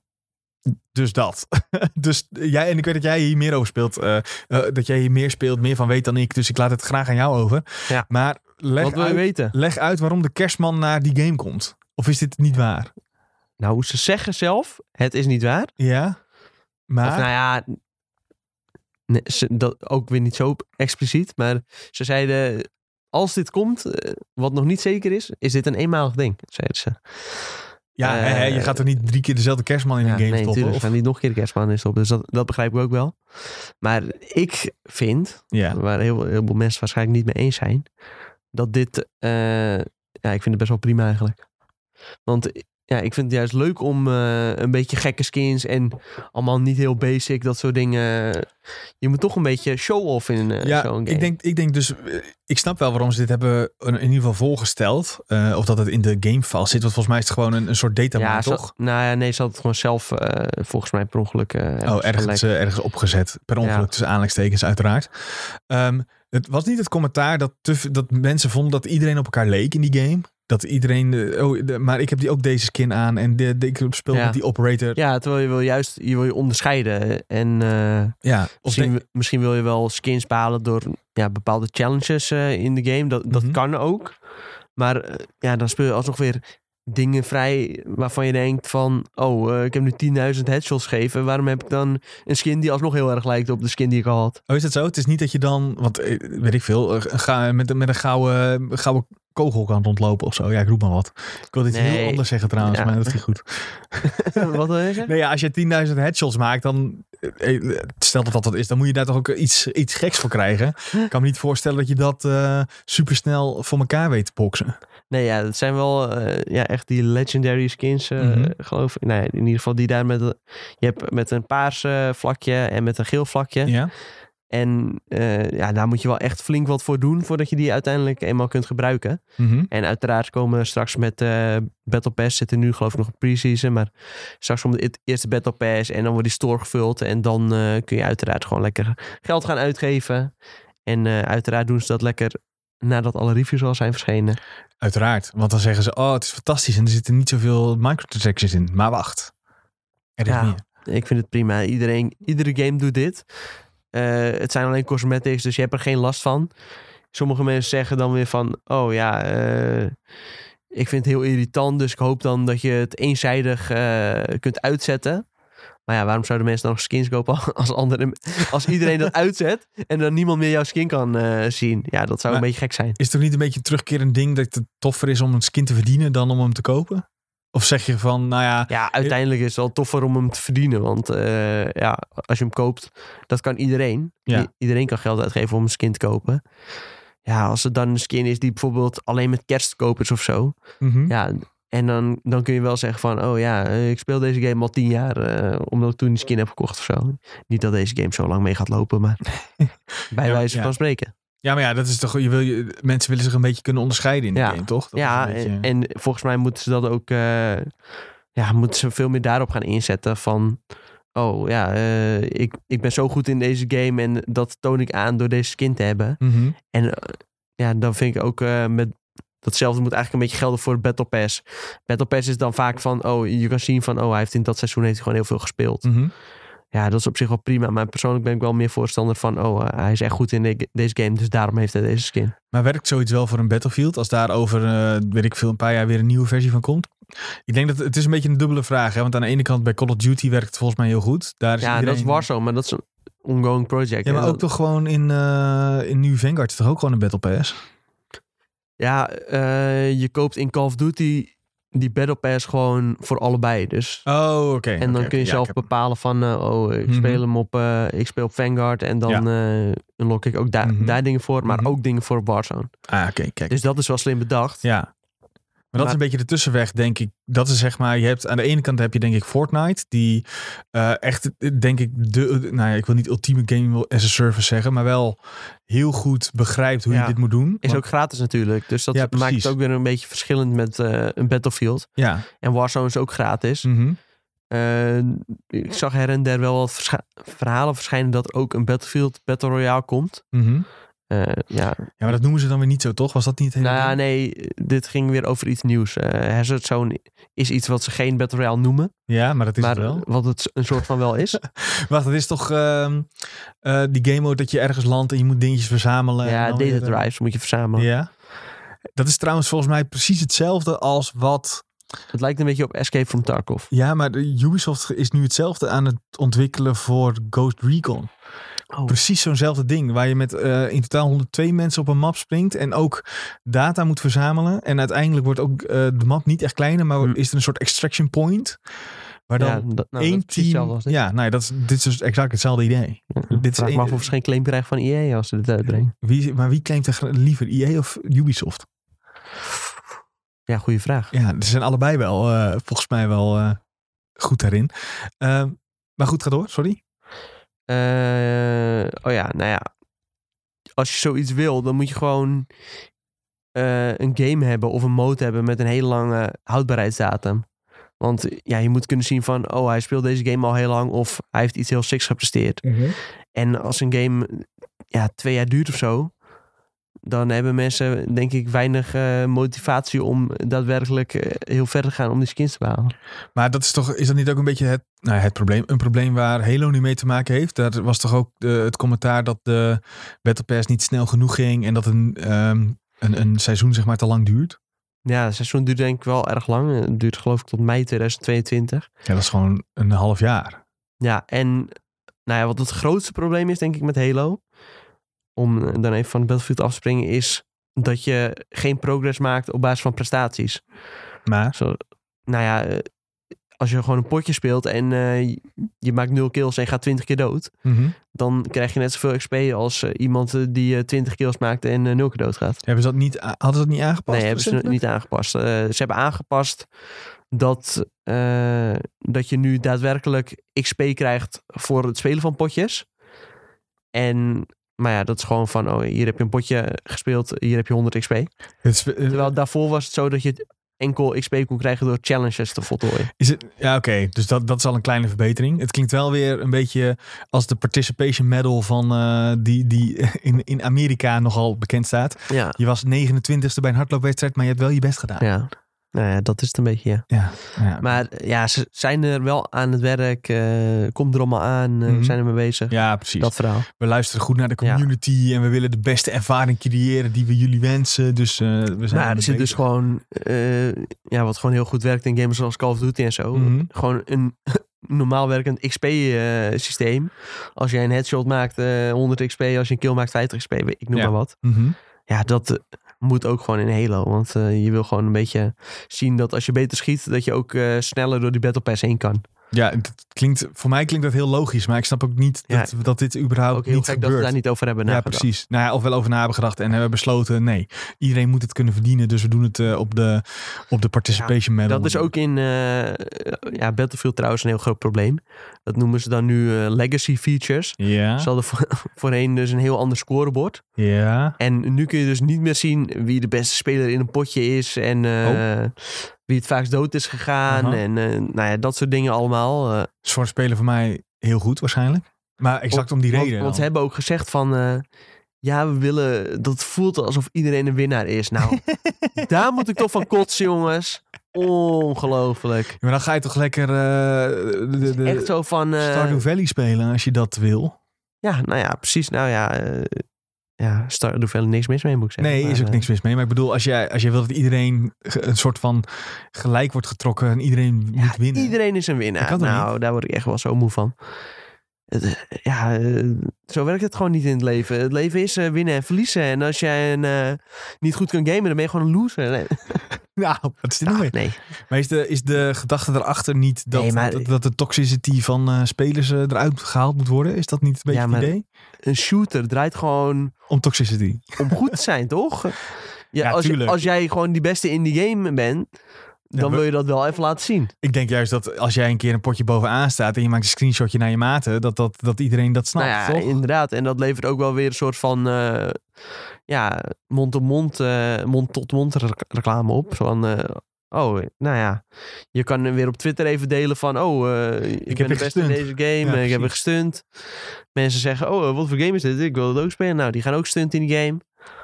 dus dat. dus jij, en ik weet dat jij hier meer over speelt. Uh, uh, dat jij hier meer speelt, meer van weet dan ik. Dus ik laat het graag aan jou over. Ja. Maar leg Wat wil je uit, weten? leg uit waarom de kerstman naar die game komt. Of is dit niet waar? Nou, ze zeggen zelf, het is niet waar. Ja, maar... Of nou ja, nee, ze, dat ook weer niet zo expliciet. Maar ze zeiden, als dit komt, wat nog niet zeker is, is dit een eenmalig ding, zeiden ze. Ja, uh, hè, je gaat er niet drie keer dezelfde kerstman in ja, een game nee, stoppen? Nee, natuurlijk. Of? Gaan niet nog een keer de kerstman in stoppen. Dus dat, dat begrijp ik ook wel. Maar ik vind, ja. waar heel, heel veel mensen waarschijnlijk niet mee eens zijn, dat dit, uh, ja, ik vind het best wel prima eigenlijk. Want ja, ik vind het juist leuk om uh, een beetje gekke skins en allemaal niet heel basic, dat soort dingen. Je moet toch een beetje show-off in uh, ja, zo'n game. Ik denk, ik denk dus, ik snap wel waarom ze dit hebben in ieder geval volgesteld. Uh, of dat het in de gamefile zit, want volgens mij is het gewoon een, een soort dataman, ja, toch? Zat, nou ja, nee, ze had het gewoon zelf uh, volgens mij per ongeluk uh, ergens, oh, ergens, uh, ergens opgezet. Per ongeluk, ja. Tussen aanleidingstekens uiteraard. Um, het was niet het commentaar dat, te, dat mensen vonden dat iedereen op elkaar leek in die game. Dat iedereen, oh, de, maar ik heb die ook deze skin aan en de, de, ik speel ja. met die operator. Ja, terwijl je wil juist, je wil je onderscheiden. En uh, ja, misschien, denk... misschien wil je wel skins behalen door ja, bepaalde challenges uh, in de game. Dat, dat mm-hmm. kan ook. Maar uh, ja, dan speel je alsnog weer dingen vrij waarvan je denkt van, oh, uh, ik heb nu tienduizend headshots gegeven. Waarom heb ik dan een skin die alsnog heel erg lijkt op de skin die ik al had? Oh, is dat zo? Het is niet dat je dan, want weet ik veel, ga, met, met een gouden, gouden kogel kan rondlopen of zo. Ja, ik roep maar wat. Ik wil dit nee. heel anders zeggen trouwens, ja. maar dat ging goed. Wat wil je zeggen? Nee, ja, als je tienduizend headshots maakt, dan stel dat dat wat is, dan moet je daar toch ook iets, iets geks voor krijgen. Ik kan me niet voorstellen dat je dat uh, supersnel voor elkaar weet te boksen. Nee, ja, dat zijn wel uh, ja, echt die legendary skins, uh, mm-hmm. geloof ik. Nee, in ieder geval die daar met, je hebt met een paars uh, vlakje en met een geel vlakje. Ja. En uh, ja, daar moet je wel echt flink wat voor doen voordat je die uiteindelijk eenmaal kunt gebruiken. Mm-hmm. En uiteraard komen we straks met uh, Battle Pass, zit er nu geloof ik nog een pre-season, maar straks komt de eerste Battle Pass en dan wordt die store gevuld en dan uh, kun je uiteraard gewoon lekker geld gaan uitgeven. En uh, uiteraard doen ze dat lekker nadat alle reviews al zijn verschenen. Uiteraard, want dan zeggen ze, oh het is fantastisch en er zitten niet zoveel microtransactions in. Maar wacht, er is ja, meer. Ik vind het prima. Iedereen, iedere game doet dit. Uh, het zijn alleen cosmetics, dus je hebt er geen last van. Sommige mensen zeggen dan weer van, oh ja, uh, ik vind het heel irritant, dus ik hoop dan dat je het eenzijdig uh, kunt uitzetten. Maar ja, waarom zouden mensen dan nog skins kopen als, andere, als iedereen dat uitzet en dan niemand meer jouw skin kan uh, zien? Ja, dat zou maar een beetje gek zijn. Is het toch niet een beetje een terugkerend ding dat het toffer is om een skin te verdienen dan om hem te kopen? Of zeg je van, nou ja... Ja, uiteindelijk is het wel toffer om hem te verdienen. Want uh, ja, als je hem koopt, dat kan iedereen. Ja. I- iedereen kan geld uitgeven om een skin te kopen. Ja, als het dan een skin is die bijvoorbeeld alleen met kerst te kopen is of zo. Mm-hmm. Ja, en dan, dan kun je wel zeggen van, oh ja, ik speel deze game al tien jaar. Uh, omdat ik toen die skin heb gekocht of zo. Niet dat deze game zo lang mee gaat lopen, maar bij ja, wijze ja. van spreken. Ja, maar ja, dat is toch, je wil je, mensen willen zich een beetje kunnen onderscheiden in de ja. game, toch? Dat ja, beetje... en, en volgens mij moeten ze dat ook, uh, ja, moeten ze veel meer daarop gaan inzetten van, oh ja, uh, ik, ik ben zo goed in deze game en dat toon ik aan door deze skin te hebben. Mm-hmm. En uh, ja, dan vind ik ook uh, met datzelfde moet eigenlijk een beetje gelden voor Battle Pass. Battle Pass is dan vaak van, oh, je kan zien van, oh, hij heeft in dat seizoen heeft hij gewoon heel veel gespeeld. Mm-hmm. Ja, dat is op zich wel prima. Maar persoonlijk ben ik wel meer voorstander van, oh, uh, hij is echt goed in de, deze game, dus daarom heeft hij deze skin. Maar werkt zoiets wel voor een Battlefield als daar over, uh, weet ik veel, een paar jaar weer een nieuwe versie van komt? Ik denk dat het is een beetje een dubbele vraag. Hè? Want aan de ene kant bij Call of Duty werkt het volgens mij heel goed. Daar is ja, iedereen... dat is Warzone, maar dat is een ongoing project. Ja, maar en ook dat... toch gewoon in, uh, in New Vanguard is toch ook gewoon een Battle Pass? Ja, uh, je koopt in Call of Duty die Battle Pass gewoon voor allebei. Dus. Oh, oké. Okay, en dan okay, kun je okay. zelf ja, heb... bepalen van, uh, oh, ik mm-hmm. speel hem op, uh, ik speel op Vanguard en dan ja. uh, unlock ik ook da- mm-hmm. daar dingen voor, maar mm-hmm. ook dingen voor Warzone. Ah, oké, okay, kijk. Dus dat is wel slim bedacht. Ja. Maar dat maar, is een beetje de tussenweg, denk ik. Dat is zeg maar, je hebt aan de ene kant heb je denk ik Fortnite, die uh, echt, denk ik, de, nou ja, ik wil niet ultieme game as a service zeggen, maar wel heel goed begrijpt hoe ja, je dit moet doen. Is want... ook gratis natuurlijk, dus dat ja, maakt het ook weer een beetje verschillend met uh, een Battlefield. Ja. En Warzone is ook gratis. Mm-hmm. Uh, ik zag her en der wel wat verscha- verhalen verschijnen dat er ook een Battlefield Battle Royale komt. Mm-hmm. Uh, ja. ja, maar dat noemen ze dan weer niet zo, toch? Was dat niet het hele Nou ja, ding? nee, dit ging weer over iets nieuws. Uh, Hazard Zone is iets wat ze geen Battle Royale noemen. Ja, maar dat is maar, het wel. Wat het een soort van wel is. Wacht, dat is toch uh, uh, die game mode dat je ergens landt en je moet dingetjes verzamelen. Ja, data weer, drives moet je verzamelen. Ja. Dat is trouwens volgens mij precies hetzelfde als wat... Het lijkt een beetje op Escape from Tarkov. Ja, maar de Ubisoft is nu hetzelfde aan het ontwikkelen voor Ghost Recon. Oh. Precies zo'nzelfde ding, waar je met uh, in totaal honderdtwee mensen op een map springt en ook data moet verzamelen. En uiteindelijk wordt ook uh, de map niet echt kleiner, maar hmm. is er een soort extraction point. Waar dan ja, dat, nou, één team... Ja, nou ja, dat is, dit is dus exact hetzelfde idee. Ja, dit vraag is me af of ze geen claim krijgen van E A als ze dit uitbrengen. Wie, maar wie claimt er liever, E A of Ubisoft? Ja, goede vraag. Ja, ze zijn allebei wel, uh, volgens mij wel uh, goed daarin. Uh, maar goed, ga door, sorry. Uh, oh ja, nou ja. Als je zoiets wil, dan moet je gewoon uh, een game hebben of een mode hebben met een hele lange houdbaarheidsdatum. Want ja, je moet kunnen zien van, oh, hij speelt deze game al heel lang of hij heeft iets heel siks gepresteerd. Mm-hmm. En als een game ja, twee jaar duurt of zo, dan hebben mensen, denk ik, weinig uh, motivatie om daadwerkelijk uh, heel ver te gaan om die skins te behalen. Maar dat is toch, is dat niet ook een beetje het, nou, het probleem? Een probleem waar Halo nu mee te maken heeft? Daar was toch ook uh, het commentaar dat de Battle Pass niet snel genoeg ging en dat een, um, een, een seizoen zeg maar te lang duurt? Ja, het seizoen duurt denk ik wel erg lang. Het duurt geloof ik tot mei tweeduizend tweeëntwintig. Ja, dat is gewoon een half jaar. Ja, en nou ja, wat het grootste probleem is denk ik met Halo, om dan even van Battlefield af te springen, is dat je geen progress maakt op basis van prestaties. Maar? Zo, nou ja, als je gewoon een potje speelt en uh, je maakt nul kills en gaat twintig keer dood, mm-hmm. dan krijg je net zoveel X P als uh, iemand die uh, twintig kills maakt en uh, nul keer dood gaat. Hebben ze dat niet, hadden ze dat niet aangepast? Nee, hebben ze niet aangepast. Uh, ze hebben aangepast dat, uh, dat je nu daadwerkelijk X P krijgt voor het spelen van potjes. En maar ja, dat is gewoon van, oh, hier heb je een potje gespeeld, hier heb je honderd X P. Is, uh, Terwijl daarvoor was het zo dat je enkel X P kon krijgen door challenges te voltooien. Is het, ja, oké. Okay. Dus dat, dat is al een kleine verbetering. Het klinkt wel weer een beetje als de participation medal van uh, die, die in, in Amerika nogal bekend staat. Ja. Je was negenentwintigste bij een hardloopwedstrijd, maar je hebt wel je best gedaan. Ja. Nou ja, dat is het een beetje, ja. ja, ja. Maar ja, ze zijn er wel aan het werk. Uh, komt er allemaal aan. Uh, mm-hmm. We zijn er mee bezig. Ja, precies. Dat verhaal. We luisteren goed naar de community. Ja. En we willen de beste ervaring creëren die we jullie wensen. Dus uh, we zijn nou, er zit dus gewoon... Uh, ja, wat gewoon heel goed werkt in games zoals Call of Duty en zo. Mm-hmm. Gewoon een normaal werkend X P uh, systeem. Als jij een headshot maakt, uh, honderd X P. Als je een kill maakt, vijftig X P. Ik noem ja. maar wat. Mm-hmm. Ja, dat... Uh, moet ook gewoon in Halo. Want uh, je wil gewoon een beetje zien dat als je beter schiet, dat je ook uh, sneller door die Battle Pass heen kan. Ja, het klinkt, voor mij klinkt dat heel logisch. Maar ik snap ook niet ja, dat, dat dit überhaupt ook heel niet gek gebeurt. Dat we daar niet over hebben nagedacht. Ja, precies. Nou ja, of wel over na hebben gedacht en hebben besloten, nee, iedereen moet het kunnen verdienen. Dus we doen het uh, op, de, op de participation ja, medal. Dat is ook in uh, ja, Battlefield trouwens een heel groot probleem. Dat noemen ze dan nu uh, legacy features. Ja. Ze hadden voor, voorheen dus een heel ander scorebord. Ja. En nu kun je dus niet meer zien wie de beste speler in een potje is. En uh, oh. wie het vaakst dood is gegaan. Uh-huh. En uh, nou ja, dat soort dingen allemaal. Uh, is voor een speler voor mij heel goed waarschijnlijk. Maar exact om die want, reden. Want ze hebben ook gezegd van... Uh, Ja, we willen... Dat voelt alsof iedereen een winnaar is. Nou, daar moet ik toch van kotsen, jongens. Ongelooflijk. Ja, maar dan ga je toch lekker... Uh, de, de, echt zo van... Uh, Stardew Valley spelen, als je dat wil. Ja, nou ja, precies. Nou ja... Uh, Ja, Stardew Valley niks mis mee, moet ik zeggen. Nee, maar, is ook uh, niks mis mee. Maar ik bedoel, als jij, als jij wil dat iedereen een soort van gelijk wordt getrokken en iedereen ja, moet winnen. Iedereen is een winnaar. Nou, niet? Daar word ik echt wel zo moe van. Ja, zo werkt het gewoon niet in het leven. Het leven is uh, winnen en verliezen. En als jij een, uh, niet goed kan gamen, dan ben je gewoon een loser. Nee. Nou, wat is dit nou weer? Nee. Maar is de, is de gedachte erachter niet dat, nee, maar, dat, dat de toxicity van uh, spelers uh, eruit gehaald moet worden? Is dat niet een beetje ja, het idee? Een shooter draait gewoon... Om toxicity. Om goed te zijn, toch? Ja, ja, als, je, als jij gewoon die beste in die game bent... Dan ja, wil je dat wel even laten zien. Ik denk juist dat als jij een keer een potje bovenaan staat... en je maakt een screenshotje naar je maten... dat, dat, dat iedereen dat snapt, nou ja, toch? Inderdaad. En dat levert ook wel weer een soort van... Uh, ja, mond-tot-mond uh, mond-tot-mond reclame op. Zo van... Uh, oh, nou ja. Je kan weer op Twitter even delen van... Oh, uh, ik, ik ben de beste in deze game. Ja, ik heb er gestunt. Mensen zeggen... Oh, wat voor game is dit? Ik wil het ook spelen. Nou, die gaan ook stunten in die game.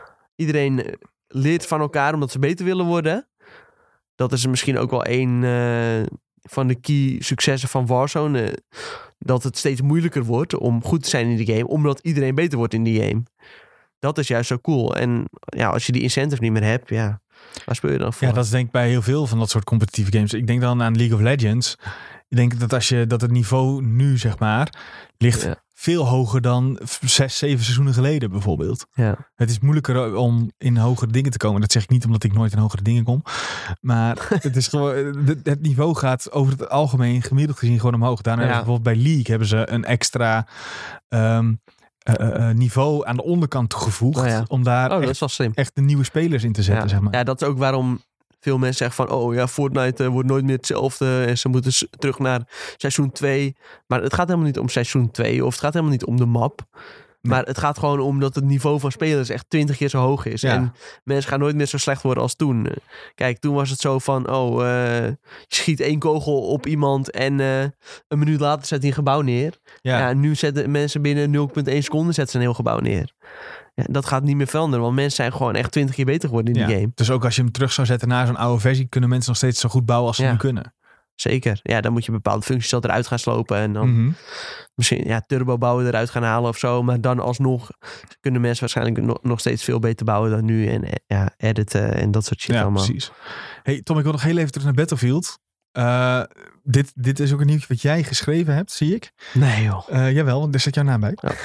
Iedereen leert van elkaar omdat ze beter willen worden... Dat is misschien ook wel een uh, van de key successen van Warzone. Uh, dat het steeds moeilijker wordt om goed te zijn in die game. Omdat iedereen beter wordt in die game. Dat is juist zo cool. En ja, als je die incentive niet meer hebt, ja, waar speel je dan voor? Ja, dat is denk ik bij heel veel van dat soort competitieve games. Ik denk dan aan League of Legends. Ik denk dat als je dat het niveau nu, zeg maar, ligt... Ja. Veel hoger dan zes, zeven seizoenen geleden bijvoorbeeld. Ja. Het is moeilijker om in hogere dingen te komen. Dat zeg ik niet omdat ik nooit in hogere dingen kom. Maar het is gewoon, het niveau gaat over het algemeen gemiddeld gezien gewoon omhoog. Daarna ja. bijvoorbeeld bij League hebben ze een extra um, uh, uh, niveau aan de onderkant toegevoegd. Oh ja. Om daar oh, echt, echt de nieuwe spelers in te zetten. Ja. Zeg maar. Ja, dat is ook waarom... Veel mensen zeggen van, oh ja, Fortnite uh, wordt nooit meer hetzelfde. En ze moeten s- terug naar seizoen twee. Maar het gaat helemaal niet om seizoen twee. Of het gaat helemaal niet om de map. Nee. Maar het gaat gewoon om dat het niveau van spelers echt twintig keer zo hoog is. Ja. En mensen gaan nooit meer zo slecht worden als toen. Kijk, toen was het zo van, oh, uh, je schiet één kogel op iemand en uh, een minuut later zet hij een gebouw neer. Ja. Ja, nu zetten mensen binnen nul komma één seconden zetten ze een heel gebouw neer. Ja, dat gaat niet meer veranderen, want mensen zijn gewoon echt twintig keer beter geworden in ja, die game. Dus ook als je hem terug zou zetten naar zo'n oude versie, kunnen mensen nog steeds zo goed bouwen als ze ja. nu kunnen. Zeker. Ja, dan moet je bepaalde functies al eruit gaan slopen en dan mm-hmm. misschien ja, turbo bouwen eruit gaan halen of zo. Maar dan alsnog kunnen mensen waarschijnlijk nog, nog steeds veel beter bouwen dan nu en ja, editen en dat soort shit ja, allemaal. Precies. Hey Tom, ik wil nog heel even terug naar Battlefield. Uh, dit, dit is ook een nieuwtje wat jij geschreven hebt, zie ik. Nee joh. Uh, jawel, want er staat jouw naam bij. Ja.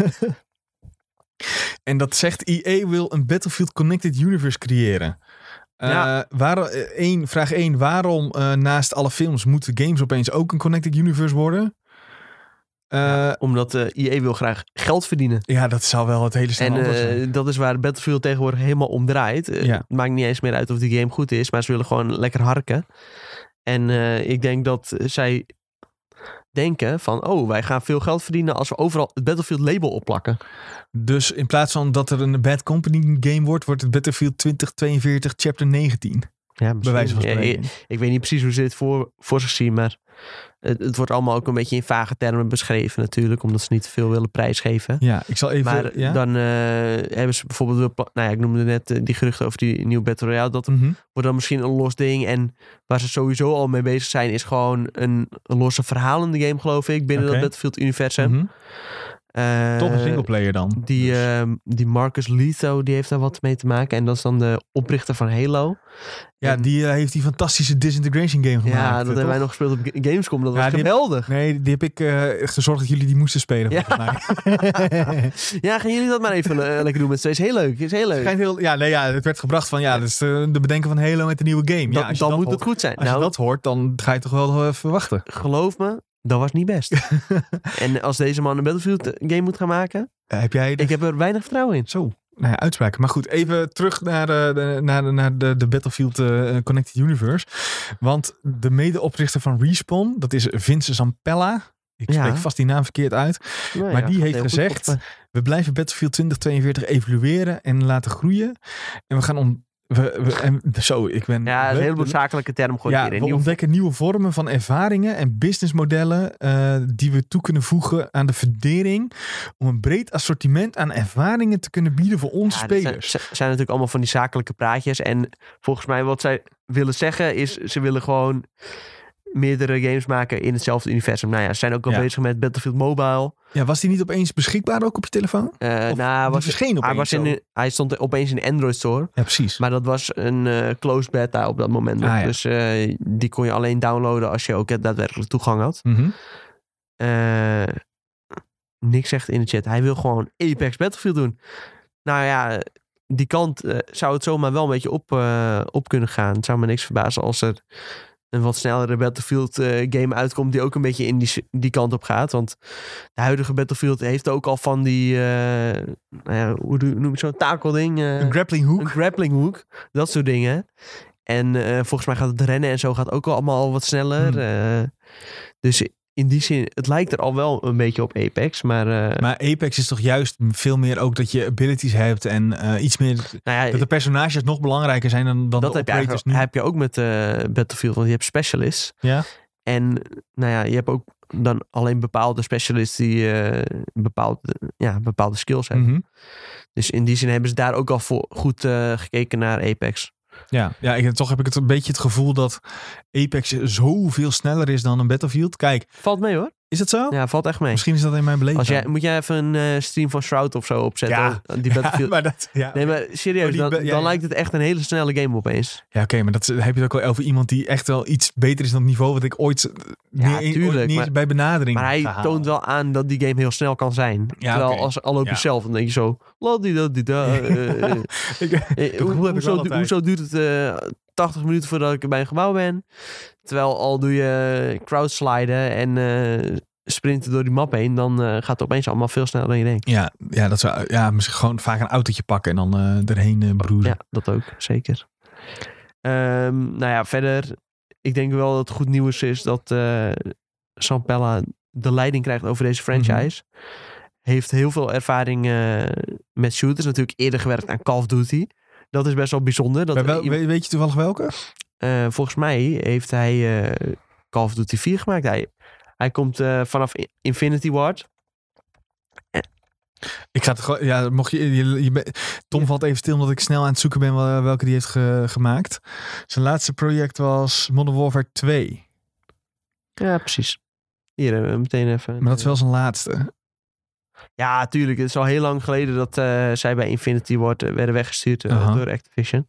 En dat zegt E A wil een Battlefield Connected Universe creëren. Uh, ja. waar, één, vraag één. Waarom uh, naast alle films moeten games opeens ook een Connected Universe worden? Uh, ja, omdat uh, E A wil graag geld verdienen. Ja, dat zou wel het hele snel En antwoord zijn. Uh, dat is waar Battlefield tegenwoordig helemaal om draait. Uh, ja. Het maakt niet eens meer uit of die game goed is, maar ze willen gewoon lekker harken. En uh, ik denk dat zij denken van, oh, wij gaan veel geld verdienen als we overal het Battlefield label opplakken. Dus in plaats van dat er een Bad Company game wordt, wordt het Battlefield twintig tweeënveertig chapter negentien. Ja, bij wijze van spreken. Ja, ik, ik weet niet precies hoe ze dit voor, voor zich zien, maar het, het wordt allemaal ook een beetje in vage termen beschreven natuurlijk, omdat ze niet veel willen prijsgeven. Ja, ik zal even... Maar ja? dan uh, hebben ze bijvoorbeeld, nou ja, ik noemde net uh, die geruchten over die nieuwe Battle Royale, dat mm-hmm. wordt dan misschien een los ding. En waar ze sowieso al mee bezig zijn, is gewoon een, een losse verhalende game, geloof ik, binnen okay. dat Battlefield-universum. Mm-hmm. Uh, Toch een singleplayer dan? Die, dus. uh, die Marcus Letho, die heeft daar wat mee te maken. En dat is dan de oprichter van Halo. Ja, en, die uh, heeft die fantastische Disintegration game gemaakt. Ja, dat hebben wij nog gespeeld op Gamescom. Dat ja, was geweldig. Heb, nee, die heb ik uh, gezorgd dat jullie die moesten spelen. Ja, ja gaan jullie dat maar even uh, lekker doen met z'n. Is heel leuk. Is heel leuk. Heel, ja, nee, ja, het werd gebracht van, ja, dat is de, de bedenken van Halo met de nieuwe game. Dat, ja, als dan dat moet hoort, het goed zijn. Als nou, je dat hoort, dan ga je toch wel uh, verwachten. Geloof me. Dat was niet best. En als deze man een Battlefield game moet gaan maken... Uh, heb jij de... Ik heb er weinig vertrouwen in. Zo, nou ja, uitspraken. Maar goed, even terug naar de, de, naar de, naar de, de Battlefield uh, Connected Universe. Want de medeoprichter van Respawn, dat is Vince Zampella. Ik spreek ja. vast die naam verkeerd uit. Nou, maar ja, die heeft gezegd, we blijven Battlefield twintig tweeënveertig evalueren en laten groeien. En we gaan om... We, we, en, zo, ik ben... Ja, een heleboel zakelijke term gooit ja, hierin. we Nieuw... ontdekken nieuwe vormen van ervaringen en businessmodellen uh, die we toe kunnen voegen aan de fundering om een breed assortiment aan ervaringen te kunnen bieden voor onze ja, spelers. Zijn, zijn natuurlijk allemaal van die zakelijke praatjes. En volgens mij wat zij willen zeggen is, ze willen gewoon meerdere games maken in hetzelfde universum. Nou ja, ze zijn ook al ja. bezig met Battlefield Mobile. Ja, was die niet opeens beschikbaar ook op je telefoon? Uh, nou, was, verscheen opeens hij, was in, hij stond opeens in de Android Store. Ja, precies. Maar dat was een uh, closed beta op dat moment. Ah, ja. Dus uh, die kon je alleen downloaden als je ook daadwerkelijk toegang had. Mm-hmm. Uh, niks zegt in de chat. Hij wil gewoon Apex Battlefield doen. Nou ja, die kant uh, zou het zomaar wel een beetje op, uh, op kunnen gaan. Het zou me niks verbazen als er een wat snellere Battlefield uh, game uitkomt die ook een beetje in die, die kant op gaat. Want de huidige Battlefield heeft ook al van die, uh, nou ja, hoe noem je zo'n takelding? Uh, een grappling hook. Een grappling hook. Dat soort dingen. En uh, volgens mij gaat het rennen en zo gaat ook al allemaal al wat sneller. Hmm. Uh, dus in die zin, het lijkt er al wel een beetje op Apex, maar... Uh, maar Apex is toch juist veel meer ook dat je abilities hebt en uh, iets meer... Nou ja, dat de personages nog belangrijker zijn dan, dan dat de heb operators je nu. Dat heb je ook met uh, Battlefield, want je hebt specialists. Ja. En nou ja, je hebt ook dan alleen bepaalde specialists die uh, bepaalde, ja, bepaalde skills hebben. Mm-hmm. Dus in die zin hebben ze daar ook al voor goed uh, gekeken naar Apex. Ja, ja ik, toch heb ik het een beetje het gevoel dat Apex zoveel sneller is dan een Battlefield. Kijk. Valt mee hoor. Is dat zo? Ja, valt echt mee. Misschien is dat in mijn beleving. Als jij, moet jij even een uh, stream van Shroud of zo opzetten? Ja, die Battlefield. Ja, maar dat, ja. Nee, maar serieus, dan, dan ja, ja. lijkt het echt een hele snelle game opeens. Ja, oké, okay, maar dat heb je het ook wel over iemand die echt wel iets beter is dan het niveau wat ik ooit ja, niet, tuurlijk, ooit niet maar, bij benadering Maar hij gehaald. toont wel aan dat die game heel snel kan zijn. Ja, Terwijl okay. als al loop je ja. zelf, dan denk je zo... Hoezo duurt het uh, tachtig minuten voordat ik bij een gebouw ben? Terwijl al doe je crowdsliden en... Uh, sprinten door die map heen, dan uh, gaat het opeens allemaal veel sneller dan je denkt. Ja, ja, dat zou, ja misschien gewoon vaak een autootje pakken en dan uh, erheen uh, broezen. Ja, dat ook, zeker. Um, nou ja, verder, ik denk wel dat het goed nieuws is dat uh, Zampella de leiding krijgt over deze franchise. Mm-hmm. Heeft heel veel ervaring uh, met shooters. Natuurlijk eerder gewerkt aan Call of Duty. Dat is best wel bijzonder. Dat wel, iemand... Weet je toevallig welke? Uh, volgens mij heeft hij uh, Call of Duty vier gemaakt. Hij Hij komt uh, vanaf Infinity Ward. Ik ga het gewoon... Ja, mocht je, je, je... Tom valt even stil omdat ik snel aan het zoeken ben welke die heeft ge, gemaakt. Zijn laatste project was Modern Warfare twee. Ja, precies. Hier hebben we meteen even... Maar dat is wel zijn laatste. Ja, tuurlijk. Het is al heel lang geleden dat uh, zij bij Infinity Ward uh, werden weggestuurd uh, uh-huh. door Activision.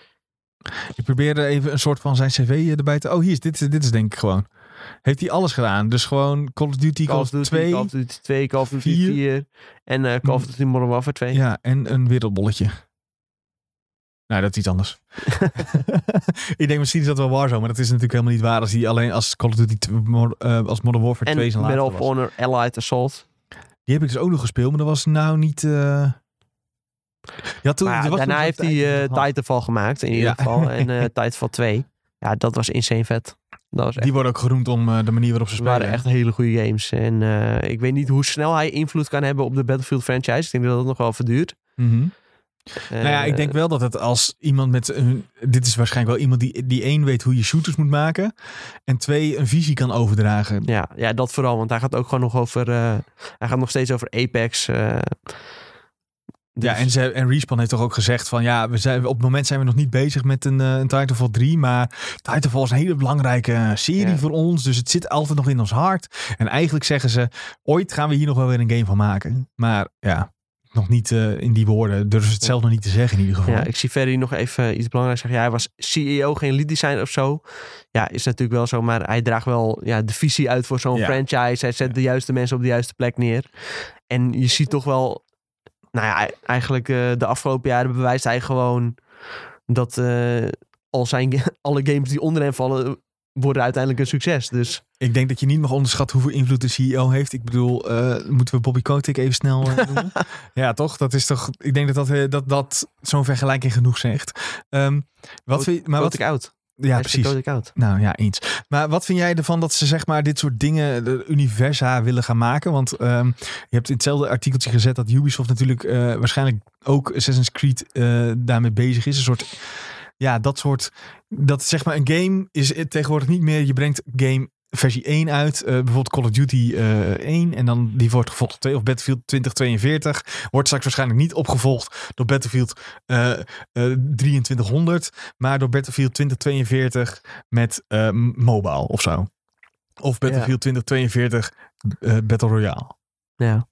Ik probeerde even een soort van zijn cv erbij te... Oh, hier is dit, dit is denk ik gewoon... Heeft hij alles gedaan. Dus gewoon Call of Duty, Call, Call of Duty twee. Call of Duty twee, Call of Duty vier. En uh, Call of Duty Modern Warfare twee. Ja, en een wereldbolletje. Nou, dat is iets anders. Ik denk misschien is dat wel Warzone. Maar dat is natuurlijk helemaal niet waar. Als hij alleen als Call of Duty uh, als Modern Warfare twee zijn laatste was. En Medal of Honor Allied Assault. Die heb ik dus ook nog gespeeld. Maar dat was nou niet... Uh... Ja, toen, ja, daarna heeft hij uh, Titanfall gemaakt. In ieder ja. geval. En uh, Titanfall twee. Ja, dat was insane vet. Dat was echt... Die worden ook geroemd om uh, de manier waarop ze spelen. Het waren echt hele goede games. En uh, ik weet niet hoe snel hij invloed kan hebben op de Battlefield franchise. Ik denk dat dat nog wel verduurt. Mm-hmm. Uh, nou ja, ik denk wel dat het als iemand met... een, dit is waarschijnlijk wel iemand die, die één weet hoe je shooters moet maken. En twee, een visie kan overdragen. Ja, ja dat vooral. Want hij gaat ook gewoon nog over... Uh, hij gaat nog steeds over Apex... Uh, Dus... Ja, en, ze, en Respawn heeft toch ook gezegd van ja, we zijn, op het moment zijn we nog niet bezig met een, uh, een Titanfall drie, maar Titanfall is een hele belangrijke serie ja. voor ons, dus het zit altijd nog in ons hart. En eigenlijk zeggen ze, ooit gaan we hier nog wel weer een game van maken. Maar ja, nog niet uh, in die woorden, durven ze het zelf nog niet te zeggen in ieder geval. Ja, ik zie Ferry nog even iets belangrijks zeggen. Ja, hij was C E O, geen lead designer of zo. Ja, is natuurlijk wel zo, maar hij draagt wel ja, de visie uit voor zo'n ja. franchise. Hij zet ja. de juiste mensen op de juiste plek neer. En je ziet toch wel... Nou ja, eigenlijk uh, de afgelopen jaren bewijst hij gewoon dat uh, al zijn, alle games die onder hem vallen worden uiteindelijk een succes. Dus. Ik denk dat je niet mag onderschatten hoeveel invloed de C E O heeft. Ik bedoel, uh, moeten we Bobby Kotick even snel uh, doen? Ja, toch? Dat is toch. Ik denk dat dat, uh, dat, dat zo'n vergelijking genoeg zegt. Um, wat vind je, maar Kotick wat oud. Ja, Hij precies. Nou ja, eens. Maar wat vind jij ervan dat ze zeg maar dit soort dingen, de universa willen gaan maken? Want um, je hebt in hetzelfde artikeltje gezet dat Ubisoft natuurlijk uh, waarschijnlijk ook Assassin's Creed uh, daarmee bezig is. Een soort ja, dat soort... Dat zeg maar, een game is tegenwoordig niet meer... Je brengt game versie één uit. Uh, bijvoorbeeld Call of Duty uh, één. En dan die wordt gevolgd door twee. Of Battlefield twintig tweeënveertig. Wordt straks waarschijnlijk niet opgevolgd door Battlefield uh, uh, drieëntwintighonderd. Maar door Battlefield twintig tweeënveertig met uh, mobile of zo. Of Battlefield ja. twintig tweeënveertig uh, Battle Royale. Ja.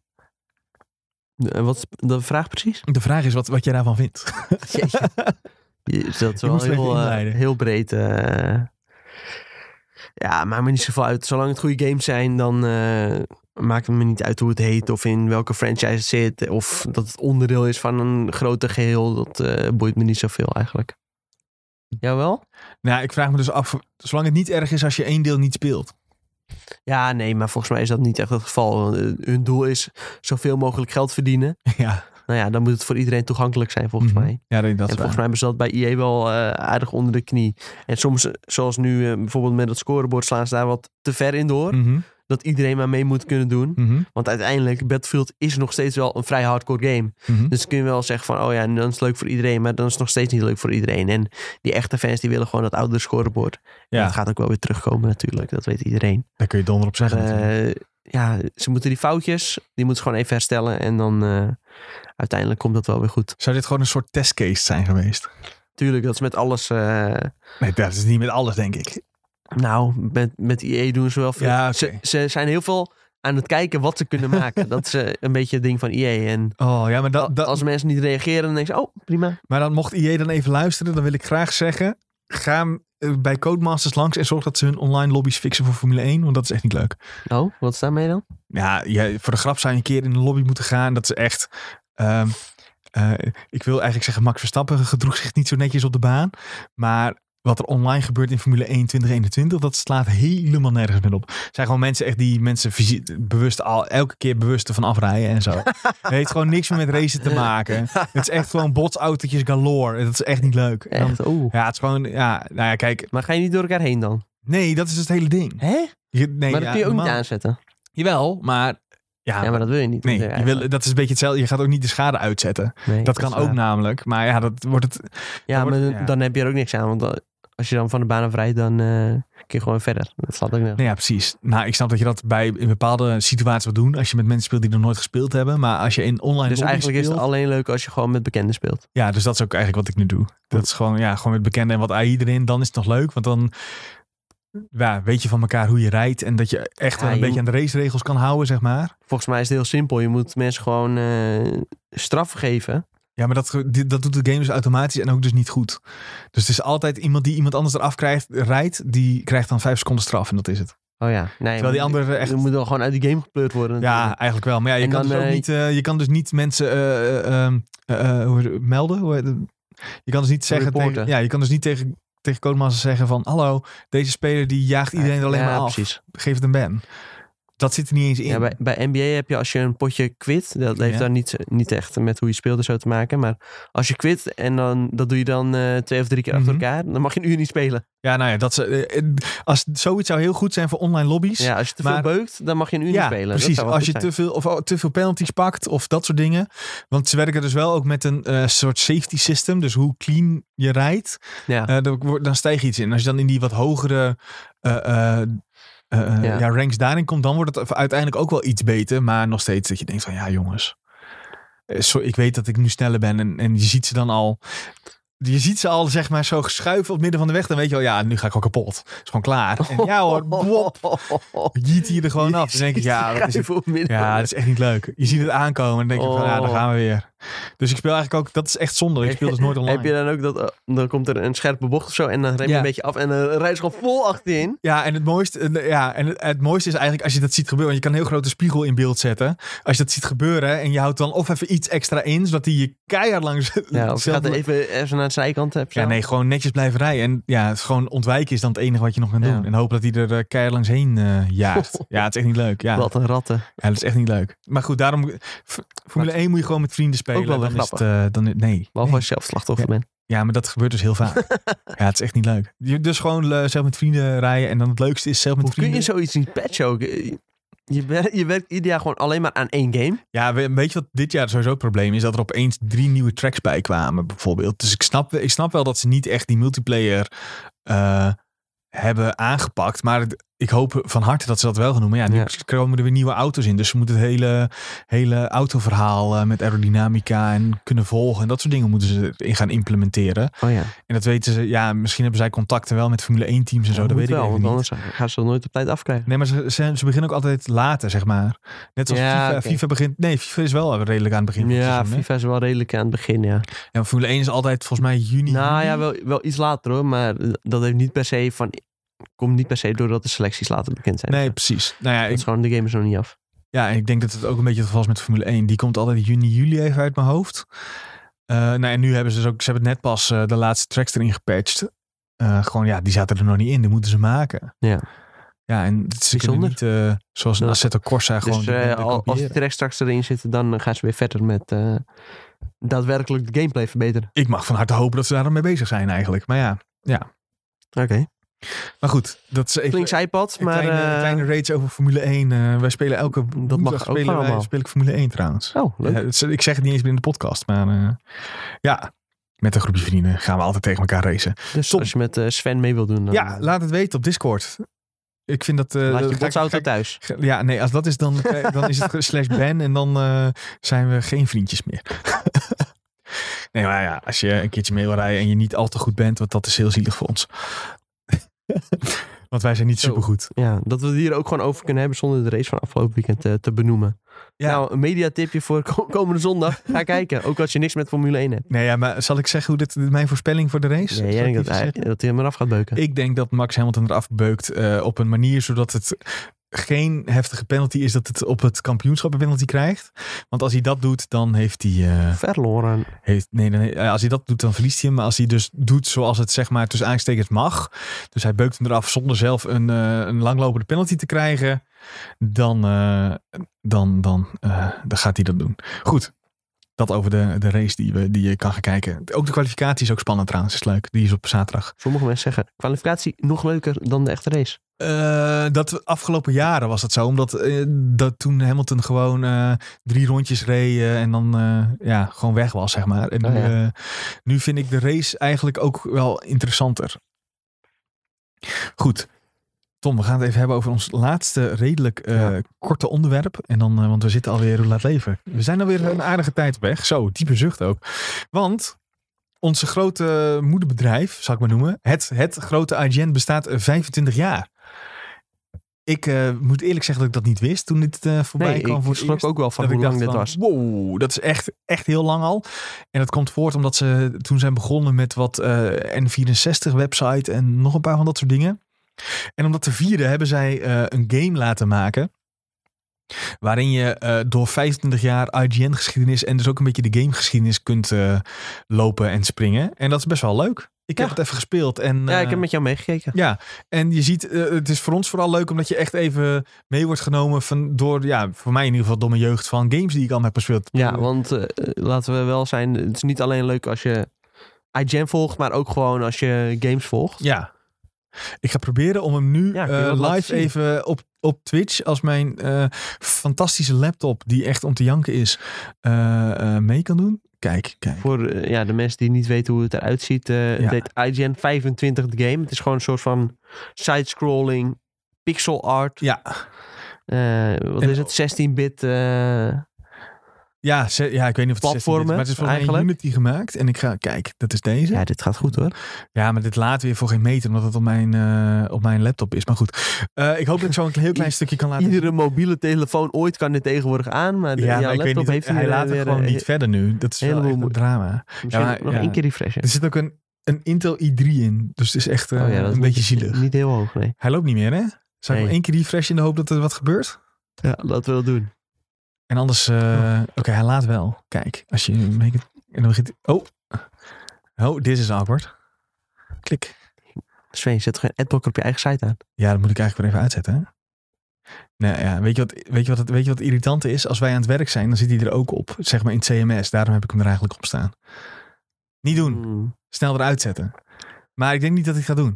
En wat is de vraag precies? De vraag is wat, wat jij daarvan vindt. Jeetje. Je stelt wel heel, uh, heel breed. Uh, ja, maakt me niet zoveel uit. Zolang het goede games zijn, dan uh, maakt het me niet uit hoe het heet. Of in welke franchise het zit. Of dat het onderdeel is van een groter geheel. Dat uh, boeit me niet zoveel eigenlijk. Jawel? Nou, ik vraag me dus af, zolang het niet erg is als je één deel niet speelt. Ja, nee, maar volgens mij is dat niet echt het geval. Hun doel is zoveel mogelijk geld verdienen. Ja. Nou ja, dan moet het voor iedereen toegankelijk zijn, volgens mm-hmm. mij. Ja, dat en volgens waar. mij hebben ze dat bij E A wel uh, aardig onder de knie. En soms, zoals nu uh, bijvoorbeeld met het scorebord, slaan ze daar wat te ver in door. Mm-hmm. Dat iedereen maar mee moet kunnen doen. Mm-hmm. Want uiteindelijk, Battlefield is nog steeds wel een vrij hardcore game. Mm-hmm. Dus kun je wel zeggen van, oh ja, dan is het leuk voor iedereen. Maar dan is het nog steeds niet leuk voor iedereen. En die echte fans, die willen gewoon dat oudere scorebord. Ja. En dat gaat ook wel weer terugkomen natuurlijk. Dat weet iedereen. Daar kun je donder op zeggen. Uh, ja, ze moeten die foutjes, die moeten ze gewoon even herstellen. En dan uh, uiteindelijk komt dat wel weer goed. Zou dit gewoon een soort testcase zijn geweest? Tuurlijk, dat is met alles... Uh... Nee, dat is niet met alles, denk ik. Nou, met, met E A doen ze wel veel. Ja, okay. ze, ze zijn heel veel aan het kijken wat ze kunnen maken. Dat is uh, een beetje het ding van E A. En oh, ja, maar dat, dat... als mensen niet reageren, dan denken ze, oh, prima. Maar dan mocht E A dan even luisteren, dan wil ik graag zeggen... Ga bij Codemasters langs en zorg dat ze hun online lobby's fixen voor Formule één. Want dat is echt niet leuk. Oh, wat is daarmee dan? Ja, ja voor de grap zou je een keer in een lobby moeten gaan. Dat is echt... Uh, uh, ik wil eigenlijk zeggen, Max Verstappen gedroeg zich niet zo netjes op de baan. Maar wat er online gebeurt in Formule één twintig eenentwintig, dat slaat helemaal nergens meer op. Het zijn gewoon mensen echt die mensen fysiek, bewust al elke keer bewust ervan afrijden en zo. Het heeft gewoon niks meer met racen te maken. Het is echt gewoon botsautootjes galore. Dat is echt niet leuk. Echt? Oeh. Ja, het is gewoon, ja, nou ja, kijk. Maar ga je niet door elkaar heen dan? Nee, dat is dus het hele ding. Hè? Je, nee, maar dat ja, kun je ook normaal, niet aanzetten. Jawel, maar... Ja, ja, maar dat wil je niet. Nee, je wil, dat is een beetje hetzelfde. Je gaat ook niet de schade uitzetten. Nee, dat, dat kan ook waar. Namelijk. Maar ja, dat wordt het... Ja, wordt, maar ja. dan heb je er ook niks aan. Want dan, als je dan van de baan afrijdt, dan uh, kun je gewoon verder. Dat slaat ook nergens. Nee, ja, precies. Nou, ik snap dat je dat bij in bepaalde situaties wil doen. Als je met mensen speelt die nog nooit gespeeld hebben. Maar als je in online Dus eigenlijk speelt, is het alleen leuk als je gewoon met bekenden speelt. Ja, dus dat is ook eigenlijk wat ik nu doe. Dat is gewoon, ja, gewoon met bekenden en wat A I erin. Dan is het nog leuk. Want dan... Ja, weet je van elkaar hoe je rijdt en dat je echt ja, wel een beetje moet... aan de raceregels kan houden, zeg maar. Volgens mij is het heel simpel. Je moet mensen gewoon uh, straffen geven. Ja, maar dat, dat doet de game dus automatisch en ook dus niet goed. Dus het is altijd iemand die iemand anders eraf krijgt, rijdt, die krijgt dan vijf seconden straf en dat is het. Oh ja, nee, terwijl die andere echt... Je moet wel gewoon uit die game gepleurd worden. Ja, natuurlijk. Eigenlijk wel. Maar ja, je, kan dan, dus ook uh, niet, uh, je kan dus niet mensen uh, uh, uh, uh, hoe melden. Hoe, uh, je kan dus niet zeggen tegen, ja, je kan dus niet tegen tegen Codemasters zeggen van hallo, deze speler die jaagt iedereen ja, er alleen ja, maar af. Precies. Geef het een ban. Dat zit er niet eens in. Ja, bij, bij N B A heb je als je een potje quit, dat heeft ja. daar niet, niet echt met hoe je speelt en zo te maken. Maar als je quit en dan dat doe je dan uh, twee of drie keer mm-hmm. achter elkaar, dan mag je een uur niet spelen. Ja, nou ja, dat is, uh, als zoiets zou heel goed zijn voor online lobby's. Ja, als je te maar, veel beukt, dan mag je een uur ja, niet spelen. Precies, als je zijn. te veel, of te veel penalties pakt of dat soort dingen. Want ze werken dus wel ook met een uh, soort safety system. Dus hoe clean je rijdt, ja. uh, dan, dan stijg je iets in. Als je dan in die wat hogere... Uh, uh, Uh, ja. ja, ranks daarin komt, dan wordt het uiteindelijk ook wel iets beter. Maar nog steeds dat je denkt van ja jongens. So, ik weet dat ik nu sneller ben. En, en je ziet ze dan al. Je ziet ze al zeg maar zo schuiven op het midden van de weg. Dan weet je wel, ja, nu ga ik al kapot. Het is gewoon klaar. En ja hoor, bop. Jiet hier er gewoon af. Dan denk ik, ja, dat is, het, ja, dat is echt niet leuk. Je ziet het aankomen en dan denk je van, ja, dan gaan we weer. Dus ik speel eigenlijk ook, dat is echt zonde. Ik speel dus nooit online. Heb je dan ook dat, dan komt er een scherpe bocht of zo en dan rem je ja. een beetje af en dan rijdt je gewoon vol achterin. Ja, en het mooiste, ja, en het, het mooiste is eigenlijk als je dat ziet gebeuren. Want je kan een heel grote spiegel in beeld zetten. Als je dat ziet gebeuren en je houdt dan of even iets extra in, zodat hij je keihard langs... Ja, of je gaat er even, even naar de zijkant hebt. Ja, nee, gewoon netjes blijven rijden. En ja, het is gewoon ontwijken is dan het enige wat je nog kan doen. Ja. En hopen dat hij er uh, keihard langs heen uh, jaagt. Ja, het is echt niet leuk. Ja. Wat een ratten. Ja, dat is echt niet leuk. Maar goed, daarom... Formule één moet je gewoon met vrienden spelen. Ook wel dan is het, uh, dan, nee. Behalve nee. als je zelf slachtoffer ja. bent. Ja, maar dat gebeurt dus heel vaak. Ja, het is echt niet leuk. Je dus gewoon uh, zelf met vrienden rijden. En dan het leukste is zelf met Hoe vrienden... Hoe kun je zoiets niet patchen ook? Je, wer- je werkt ieder jaar gewoon alleen maar aan één game. Ja, we- weet je wat dit jaar sowieso het probleem is? Dat er opeens drie nieuwe tracks bij kwamen, bijvoorbeeld. Dus ik snap, ik snap wel dat ze niet echt die multiplayer uh, hebben aangepakt. Maar het, ik hoop van harte dat ze dat wel gaan doen. Maar ja, nu Ja. komen er weer nieuwe auto's in. Dus ze moeten het hele, hele autoverhaal uh, met aerodynamica en kunnen volgen. En dat soort dingen moeten ze erin gaan implementeren. Oh ja. En dat weten ze, ja, misschien hebben zij contacten wel met Formule één teams en zo. Ja, dat moet weet wel, ik even want niet. anders gaan ze dat nooit op tijd afkrijgen. Nee, maar ze, ze, ze beginnen ook altijd later, zeg maar. Net zoals Ja, FIFA. oké. FIFA begint... Nee, FIFA is wel redelijk aan het begin van het Ja, seizoen, hè? FIFA is wel redelijk aan het begin, ja. En Formule één is altijd volgens mij juni. Nou juli. ja, wel, wel iets later hoor. Maar dat heeft niet per se van... Komt niet per se doordat de selecties later bekend zijn. Nee, precies. Nou ja, Dat ik, is gewoon, de game is nog niet af. ja, en ik denk dat het ook een beetje het geval is met Formule één. Die komt altijd juni, juli even uit mijn hoofd. Uh, nou, en nu hebben ze dus ook... Ze hebben net pas uh, de laatste tracks erin gepatcht. Uh, gewoon, ja, die zaten er nog niet in. Die moeten ze maken. Ja. Ja, en ze kunnen niet, uh, zoals een Ja. Assetto Corsa, gewoon... Dus de- uh, de al- als kopiëren. die tracks straks erin zitten, dan gaan ze weer verder met uh, daadwerkelijk de gameplay verbeteren. Ik mag van harte hopen dat ze daar dan mee bezig zijn eigenlijk. Maar ja, ja. Oké. Okay. Maar goed, dat is even... Flinks iPad, Een maar... kleine, uh, kleine rage over Formule één. Uh, wij spelen elke Dat mag ook spelen gewoon wij, allemaal. speel ik Formule één trouwens. Oh, leuk. Ja, het is- ik zeg het niet eens meer in de podcast, maar uh, ja, met een groepje vrienden gaan we altijd tegen elkaar racen. Dus Tom. als je met uh, Sven mee wil doen, dan Ja, laat het weten op Discord. Ik vind dat... Uh, laat dat je ga ik- botsauto ga ik- thuis. Ja, nee, als dat is, dan, dan is het slash ban en dan uh, zijn we geen vriendjes meer. Nee, maar ja, als je een keertje mee wil rijden en je niet al te goed bent, want dat is heel zielig voor ons. Want wij zijn niet Zo. supergoed. Ja, dat we het hier ook gewoon over kunnen hebben zonder de race van afgelopen weekend uh, te benoemen. Ja. Nou, een mediatipje voor ko- komende zondag. Ga kijken, ook als je niks met Formule één hebt. Nee, ja, maar zal ik zeggen hoe dit mijn voorspelling voor de race? Nee, Zal jij ik denkt dat die hij, zeggen? dat hij hem eraf gaat beuken. Ik denk dat Max Hamilton eraf beukt uh, op een manier zodat het geen heftige penalty is dat het op het kampioenschap een penalty krijgt. Want als hij dat doet, dan heeft hij... Uh, Verloren. heeft, nee, nee, nee, als hij dat doet, dan verliest hij hem. Maar als hij dus doet zoals het zeg maar tussen aanstekens mag. Dus hij beukt hem eraf zonder zelf een, uh, een langlopende penalty te krijgen. Dan, uh, dan, dan, uh, dan gaat hij dat doen. Goed. Dat over de, de race die, we, die je kan gaan kijken. Ook de kwalificatie is ook spannend trouwens. Is leuk. Die is op zaterdag. Sommige mensen zeggen, kwalificatie nog leuker dan de echte race. Uh, dat afgelopen jaren was dat zo. Omdat uh, dat toen Hamilton gewoon uh, drie rondjes reed uh, en dan uh, ja, gewoon weg was, zeg maar. En oh, nu, ja. uh, nu vind ik de race eigenlijk ook wel interessanter. Goed. Tom, we gaan het even hebben over ons laatste redelijk uh, ja. korte onderwerp. En dan, uh, want we zitten alweer, hoe laat leven? We zijn alweer een aardige tijd op weg. Zo, diepe zucht ook. Want onze grote moederbedrijf, zal ik maar noemen. Het, het grote I G N bestaat vijfentwintig jaar. Ik uh, moet eerlijk zeggen dat ik dat niet wist toen dit uh, voorbij nee, kwam. Ik voor het schrok eerst. ook wel van Dat hoe ik lang dacht dit van, was. Wow, dat is echt, echt heel lang al. En dat komt voort omdat ze toen zijn begonnen met wat uh, N vierenzestig website en nog een paar van dat soort dingen. En om dat te vieren hebben zij uh, een game laten maken. Waarin je uh, door vijfentwintig jaar I G N geschiedenis en dus ook een beetje de gamegeschiedenis kunt uh, lopen en springen. En dat is best wel leuk. Ik ja. heb het even gespeeld. En, uh, ja, ik heb met jou meegekeken. Ja, en je ziet, uh, het is voor ons vooral leuk omdat je echt even mee wordt genomen van door, ja, voor mij in ieder geval door mijn jeugd van games die ik al heb gespeeld. Ja, want uh, laten we wel zijn, het is niet alleen leuk als je I G N volgt, maar ook gewoon als je games volgt. Ja. Ik ga proberen om hem nu ja, uh, live even op, op Twitch als mijn uh, fantastische laptop, die echt om te janken is, uh, uh, mee kan doen. Kijk, kijk. Voor uh, ja, de mensen die niet weten hoe het eruit ziet, uh, ja. Het heet I G N vijfentwintig de game. Het is gewoon een soort van side-scrolling pixel art. Ja. Uh, wat en, is het? zestien bit... Uh, Ja, ze, ja, ik weet niet of het platformen, is, maar het is volgens mij Unity gemaakt. En ik ga, kijk, dat is deze. Ja, dit gaat goed hoor. Ja, maar dit laat weer voor geen meter, omdat het op mijn, uh, op mijn laptop is. Maar goed, uh, ik hoop dat ik zo een heel klein stukje kan laten. Iedere mobiele telefoon ooit kan dit tegenwoordig aan, maar de, ja, jouw maar ik laptop weet niet, heeft hij weer, laat weer, het gewoon uh, niet verder nu. Dat is wel echt een drama. Misschien ja, maar, nog ja. één keer refreshen. Er zit ook een, een Intel i drie in, dus het is echt uh, oh, ja, een beetje zielig. Niet heel hoog, nee. Hij loopt niet meer, hè? Zou ik nog één keer refreshen in de hoop dat er wat gebeurt? Ja, laten we dat doen. En anders, uh, oh. oké, okay, hij laat wel. Kijk, als je en dan begint. Oh, oh, dit is awkward. Klik. Sven, zet toch geen adblocker op je eigen site aan? Ja, dat moet ik eigenlijk weer even uitzetten. Hè? Nou ja, weet je wat, weet je wat, het, weet je wat irritant is? Als wij aan het werk zijn, dan zit hij er ook op. Zeg maar in het C M S. Daarom heb ik hem er eigenlijk op staan. Niet doen. Hmm. Snel eruit zetten. Maar ik denk niet dat ik het ga doen.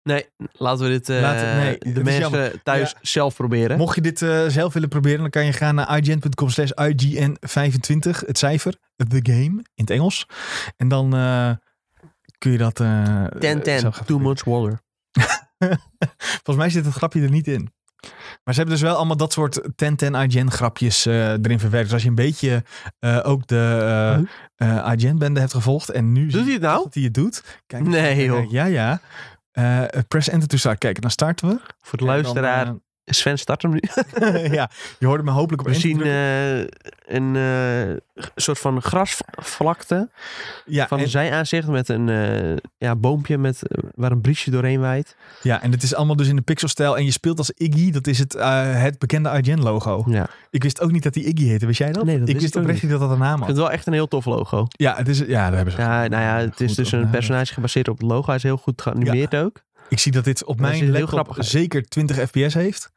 Nee, laten we dit uh, Laten, nee, de mensen jammer. thuis ja. zelf proberen. Mocht je dit uh, zelf willen proberen, dan kan je gaan naar ign.com slash ign vijfentwintig, het cijfer, the game, in het Engels. En dan uh, kun je dat... Uh, ten ten, too much water. Volgens mij zit het grapje er niet in. Maar ze hebben dus wel allemaal dat soort ten ten I G N grapjes uh, erin verwerkt. Dus als je een beetje uh, ook de uh, uh, I G N-bende hebt gevolgd. En nu doet hij het nou? Dat hij het doet. Kijk, nee joh. Uh, ja, ja. Uh, press enter to start. Kijk, dan starten we. Voor de luisteraar, dan, uh, Sven start hem nu. ja, je hoorde me hopelijk op We zien uh, een uh, soort van grasvlakte ja, van en, een zijaanzicht met een uh, ja, boompje met, uh, waar een briesje doorheen waait. Ja, en het is allemaal dus in de pixelstijl. En je speelt als Iggy. Dat is het, uh, het bekende I G N-logo. Ja. Ik wist ook niet dat die Iggy heette. Wist jij dat? Nee, dat ik wist oprecht niet dat dat een naam had. Ik vind het wel echt een heel tof logo. Ja, het is, ja daar hebben ze. Ja, nou ja, het is dus een personage gebaseerd op het logo. Hij is heel goed geanimeerd ja. ook. Ik zie dat dit op dat mijn laptop zeker twintig F P S heeft.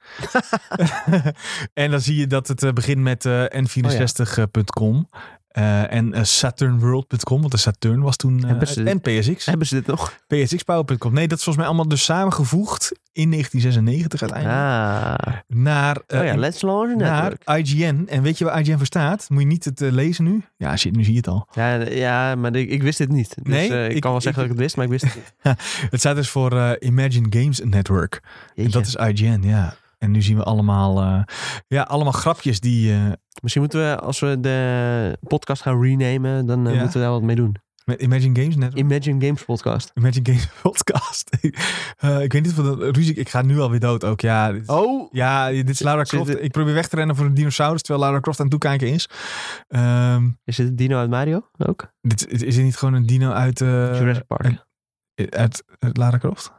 En dan zie je dat het uh, begint met uh, N vierenzestig punt com. Uh, en uh, Saturnworld punt com, want de Saturn was toen... Uh, ze, en P S X. Hebben ze dit nog? P S X Power punt com. Nee, dat is volgens mij allemaal dus samengevoegd in negentien zesennegentig uiteindelijk. Ah. Naar, uh, oh ja, Let's Launch Network. Naar I G N. En weet je waar I G N voor staat? Moet je niet het uh, lezen nu? Ja, shit, nu zie je het al. Ja, ja maar ik, ik wist dit niet. Dus nee, uh, ik, ik kan wel zeggen ik, dat ik het wist, maar ik wist het niet. Het staat dus voor uh, Imagine Games Network. Jeetje. En dat is I G N, ja. En nu zien we allemaal, uh, ja, allemaal grapjes die... Uh, Misschien moeten we, als we de podcast gaan renamen, dan uh, ja. moeten we daar wat mee doen. Met Imagine Games Network? Imagine Games Podcast. Imagine Games Podcast. uh, ik weet niet of dat... Ruzie, ik ga nu alweer dood ook. Ja, dit, oh! Ja, dit is Lara Croft. Ik probeer weg te rennen voor een dinosaurus, terwijl Lara Croft aan het toekijken is. Um, is het een dino uit Mario ook? Dit, is het niet gewoon een dino uit... Uh, Jurassic Park. Uit, uit, uit Lara Croft?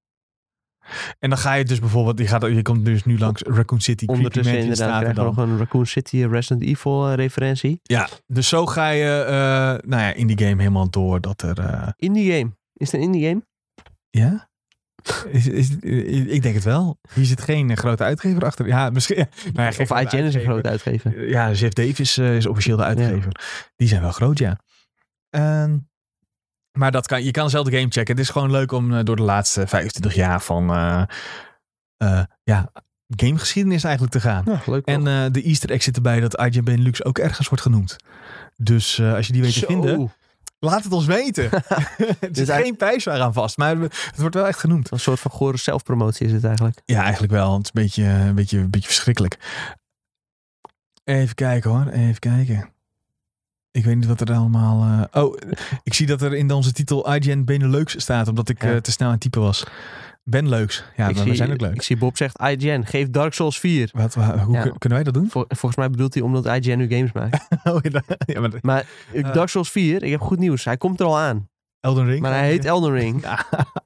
En dan ga je dus bijvoorbeeld, je, gaat, je komt dus nu langs Raccoon City. Ondertussen inderdaad krijg je nog een Raccoon City Resident Evil uh, referentie. Ja, dus zo ga je uh, nou ja, in die game helemaal door dat er... Uh... Indie game? Is het een indie game? Ja? Is, is, is, ik denk het wel. Hier zit geen uh, grote uitgever achter. Ja, misschien. Nou ja, of I G N is een grote uitgever. Ja, Jeff Davis uh, is officieel de uitgever. Ja. Die zijn wel groot, ja. Uh, Maar dat kan, je kan zelf de game checken. Het is gewoon leuk om uh, door de laatste vijfentwintig jaar van uh, uh, ja, gamegeschiedenis eigenlijk te gaan. Ja, leuk, en uh, de Easter egg zit erbij dat I G N Benelux ook ergens wordt genoemd. Dus uh, als je die weet te Zo. vinden, laat het ons weten. Het is geen prijs aan vast, maar het wordt wel echt genoemd. Een soort van gore zelfpromotie is het eigenlijk. Ja, eigenlijk wel. Het is een beetje, een beetje, een beetje verschrikkelijk. Even kijken hoor, even kijken. Ik weet niet wat er allemaal... Uh... Oh, ik zie dat er in onze titel I G N Benelux staat, omdat ik ja. uh, te snel aan het typen was. Benelux. Ja, we zijn ook leuk. Ik zie Bob zegt I G N, geef Dark Souls vier. Wat, hoe ja. kunnen wij dat doen? Vol, volgens mij bedoelt hij omdat I G N nu games maakt. oh, ja, maar maar uh, Dark Souls vier, ik heb goed nieuws. Hij komt er al aan. Elden Ring? Maar hij heet Elden Ring. ja,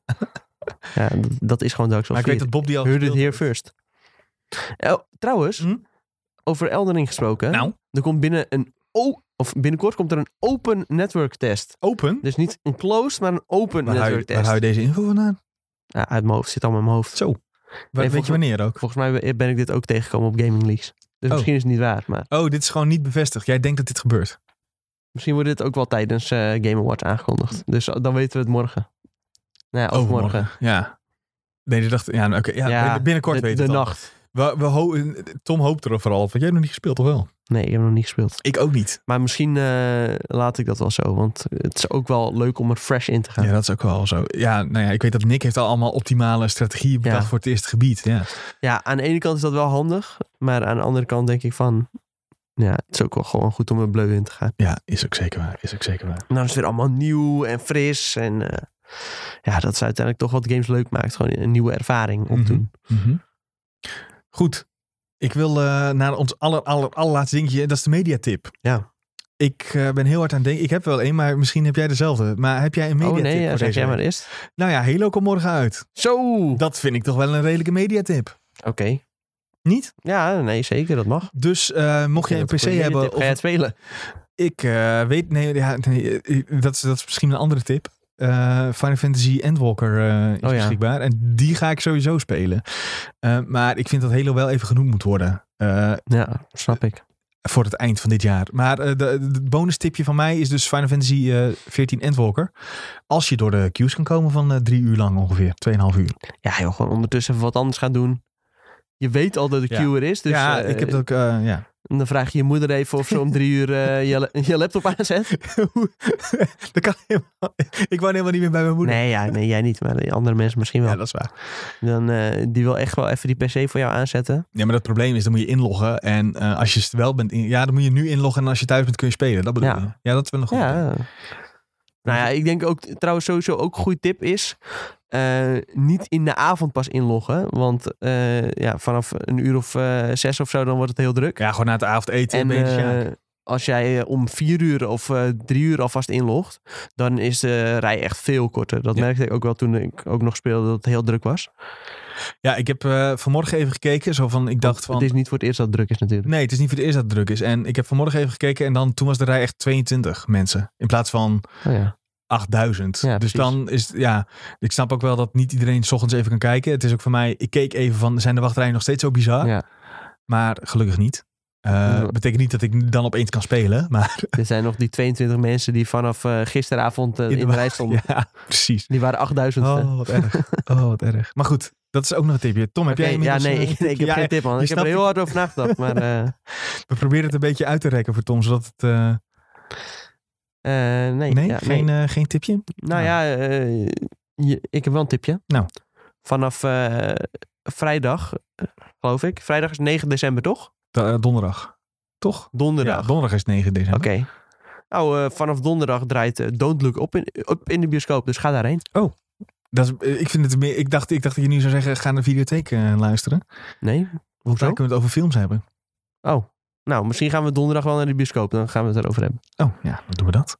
ja dat, dat is gewoon Dark Souls maar vier. Ik weet dat Bob die al Heard it here first. Uh, trouwens, hm? over Elden Ring gesproken. Nou? Er komt binnen een... Oh, Of binnenkort komt er een open network test. Open? Dus niet een closed, maar een open waar network je, test. Waar hou je deze info vandaan? Ja, uit mijn hoofd. Zit allemaal in mijn hoofd. Zo. Waar, nee, weet je wanneer ook? Volgens mij ben ik dit ook tegengekomen op Gaming Leaks. Dus oh. misschien is het niet waar. Maar... Oh, dit is gewoon niet bevestigd. Jij denkt dat dit gebeurt? Misschien wordt dit ook wel tijdens uh, Game Awards aangekondigd. Dus dan weten we het morgen. Nou ja, overmorgen. Overmorgen. Ja. Nee, die dacht... Ja, okay, ja, ja binnenkort de, weten we het De al. nacht. We, we ho- Tom hoopt er vooral op. Want jij hebt nog niet gespeeld, of wel? Nee, ik heb nog niet gespeeld. Ik ook niet. Maar misschien uh, laat ik dat wel zo. Want het is ook wel leuk om er fresh in te gaan. Ja, dat is ook wel zo. Ja, nou ja, ik weet dat Nick heeft al allemaal optimale strategieën bedacht ja. voor het eerste gebied. Ja. ja, aan de ene kant is dat wel handig. Maar aan de andere kant denk ik van... Ja, het is ook wel gewoon goed om er bleu in te gaan. Ja, is ook zeker waar. Is ook zeker waar. En dan is het weer allemaal nieuw en fris. En uh, ja, dat is uiteindelijk toch wat games leuk maakt. Gewoon een nieuwe ervaring opdoen. Mm-hmm. Mm-hmm. Goed. Ik wil uh, naar ons aller, aller, allerlaatste dingetje. Dat is de mediatip. Ja. Ik uh, ben heel hard aan het denken. Ik heb wel één, maar misschien heb jij dezelfde. Maar heb jij een mediatip? Oh nee, voor zeg deze jij maar eerst. Nou ja, Halo komt morgen uit. Zo! Dat vind ik toch wel een redelijke mediatip. Oké. Okay. Niet? Ja, nee, zeker. Dat mag. Dus uh, mocht jij een P C hebben... Of... Ga je het spelen? Ik uh, weet... Nee, ja, nee dat, is, dat is misschien een andere tip. Uh, Final Fantasy Endwalker uh, is oh, beschikbaar. Ja. En die ga ik sowieso spelen. Uh, maar ik vind dat Halo wel even genoemd moet worden. Uh, ja, snap ik. voor het eind van dit jaar. Maar uh, de, de bonus tipje van mij is dus Final Fantasy uh, veertien Endwalker. Als je door de queues kan komen van uh, drie uur lang ongeveer. Tweeënhalf uur. Ja joh, gewoon ondertussen even wat anders gaan doen. Je weet al dat de queue ja. er is. Dus, ja, uh, ik heb het ook, uh, ja. En dan vraag je je moeder even of ze om drie uur uh, je, je laptop aanzet. dat kan helemaal. Ik woon helemaal niet meer bij mijn moeder. Nee, ja, nee, jij niet, maar de andere mensen misschien wel. Ja, dat is waar. Dan, uh, die wil echt wel even die P C voor jou aanzetten. Ja, maar dat probleem is, dan moet je inloggen. En uh, als je wel bent, in, ja, dan moet je nu inloggen. En als je thuis bent, kun je spelen. Dat bedoel ja. je. Ja, dat is wel een goed. Ja. Nou ja, ik denk ook trouwens sowieso ook een goede tip is... Uh, niet in de avond pas inloggen. Want uh, ja, vanaf een uur of uh, zes of zo, dan wordt het heel druk. Ja, gewoon na het avondeten. En ben je dus, uh, ja. als jij uh, om vier uur of uh, drie uur alvast inlogt... dan is de rij echt veel korter. Dat ja. merkte ik ook wel toen ik ook nog speelde dat het heel druk was. Ja, ik heb uh, vanmorgen even gekeken. Zo van, ik dacht van... Het is niet voor het eerst dat het druk is natuurlijk. Nee, het is niet voor het eerst dat het druk is. En ik heb vanmorgen even gekeken en dan toen was de rij echt tweeëntwintig mensen. In plaats van... Oh ja. achtduizend. Ja, dus dan is ja, ik snap ook wel dat niet iedereen 's ochtends even kan kijken. Het is ook voor mij, ik keek even van, zijn de wachtrijen nog steeds zo bizar? Ja. Maar gelukkig niet. Uh, ja. Betekent niet dat ik dan opeens kan spelen. Maar er zijn nog die tweeëntwintig mensen die vanaf uh, gisteravond uh, in, in de rij stonden. Ja, precies. Die waren achtduizend. Oh, wat erg. Oh, wat erg. Maar goed, dat is ook nog een tipje. Tom, heb okay, jij Ja, nee, een ik, nee, ik heb ja, geen tip, man. Ik heb er heel hard over nagedacht. Maar, uh... we proberen het een beetje uit te rekken voor Tom, zodat het... Uh... Uh, nee, nee, ja, geen, nee. Uh, geen tipje? Nou, nou. ja, uh, je, ik heb wel een tipje. Nou. Vanaf uh, vrijdag, uh, geloof ik. Vrijdag is negen december, toch? Da- uh, donderdag. Toch? Donderdag. Ja, donderdag is negen december. Oké. Okay. Nou, uh, vanaf donderdag draait uh, Don't Look Up in, op in de bioscoop. Dus ga daarheen. Oh. Dat is, uh, ik, vind het meer, ik, dacht, ik dacht dat je nu zou zeggen, ga naar de videotheek uh, luisteren. Nee. Want daar kunnen we het over films hebben. Oh. Nou, misschien gaan we donderdag wel naar de bioscoop. Dan gaan we het erover hebben. Oh, ja, dan doen we dat.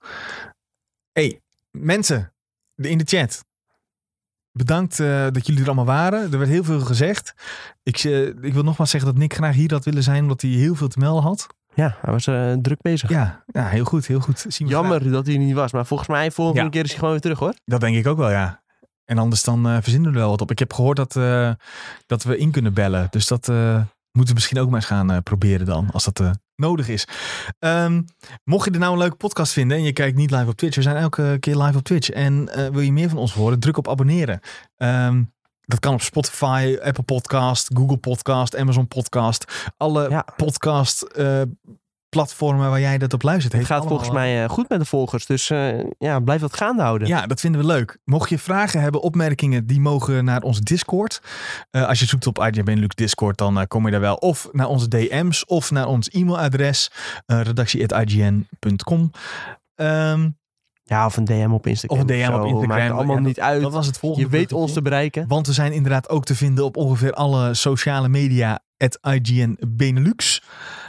Hey, mensen in de chat. Bedankt uh, dat jullie er allemaal waren. Er werd heel veel gezegd. Ik, uh, ik wil nogmaals zeggen dat Nick graag hier had willen zijn, omdat hij heel veel te melden had. Ja, hij was uh, druk bezig. Ja, ja, heel goed, heel goed. Zien we Jammer graag. dat hij niet was, maar volgens mij volgende ja. keer is hij gewoon weer terug, hoor. Dat denk ik ook wel, ja. En anders dan uh, verzinnen we er wel wat op. Ik heb gehoord dat, uh, dat we in kunnen bellen. Dus dat... Uh, moeten we misschien ook maar eens gaan uh, proberen dan, als dat uh, nodig is. Um, mocht je er nou een leuke podcast vinden en je kijkt niet live op Twitch, we zijn elke keer live op Twitch. En uh, wil je meer van ons horen, druk op abonneren. Um, dat kan op Spotify, Apple Podcast, Google Podcast, Amazon Podcast. Alle ja. podcast uh, platformen waar jij dat op luistert. Het gaat allemaal... volgens mij uh, goed met de volgers. Dus uh, ja, blijf dat gaande houden. Ja, dat vinden we leuk. Mocht je vragen hebben, opmerkingen, die mogen naar onze Discord. Uh, als je zoekt op I G N Benelux Discord, dan uh, kom je daar wel. Of naar onze D M's of naar ons e-mailadres. Uh, redactie at i g n punt com. Um, ja, of een D M op Instagram. Of een D M op Instagram. Maakt allemaal ja, niet uit. Dat was het volgende. Je weet ons te bereiken. Want we zijn inderdaad ook te vinden op ongeveer alle sociale media at I G N Benelux.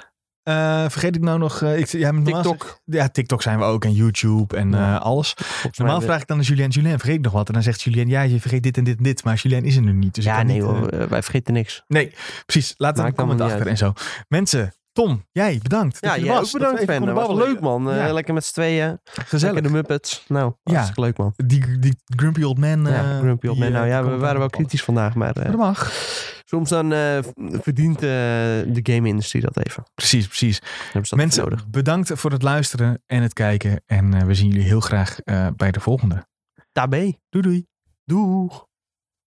Uh, vergeet ik nou nog... Uh, ik, ja, TikTok. Ja, TikTok zijn we ook. En YouTube en ja. uh, alles. Normaal vraag ik dan aan Julien. Julien, vergeet ik nog wat? En dan zegt Julien, ja, je vergeet dit en dit en dit. Maar Julien is er nu niet. Dus ja, nee niet, hoor, uh, wij vergeten niks. Nee, precies. Laat er een comment achter uit. En zo. Mensen, Tom, jij bedankt. Ja, jij ook bedankt, Ben. Dat was leuk, man. Ja. Uh, lekker met z'n tweeën. Gezellig. Lekker de Muppets. Nou, hartstikke ja. leuk, man. Die, die Grumpy Old Man. Uh, ja, Grumpy Old die, Man. Nou ja, we waren wel alles. kritisch vandaag, maar... Uh, dat mag. Soms dan uh, verdient uh, de game-industrie dat even. Precies, precies. Dat Mensen, nodig. bedankt voor het luisteren en het kijken. En uh, we zien jullie heel graag uh, bij de volgende. Tabé. Doei doei. Doeg.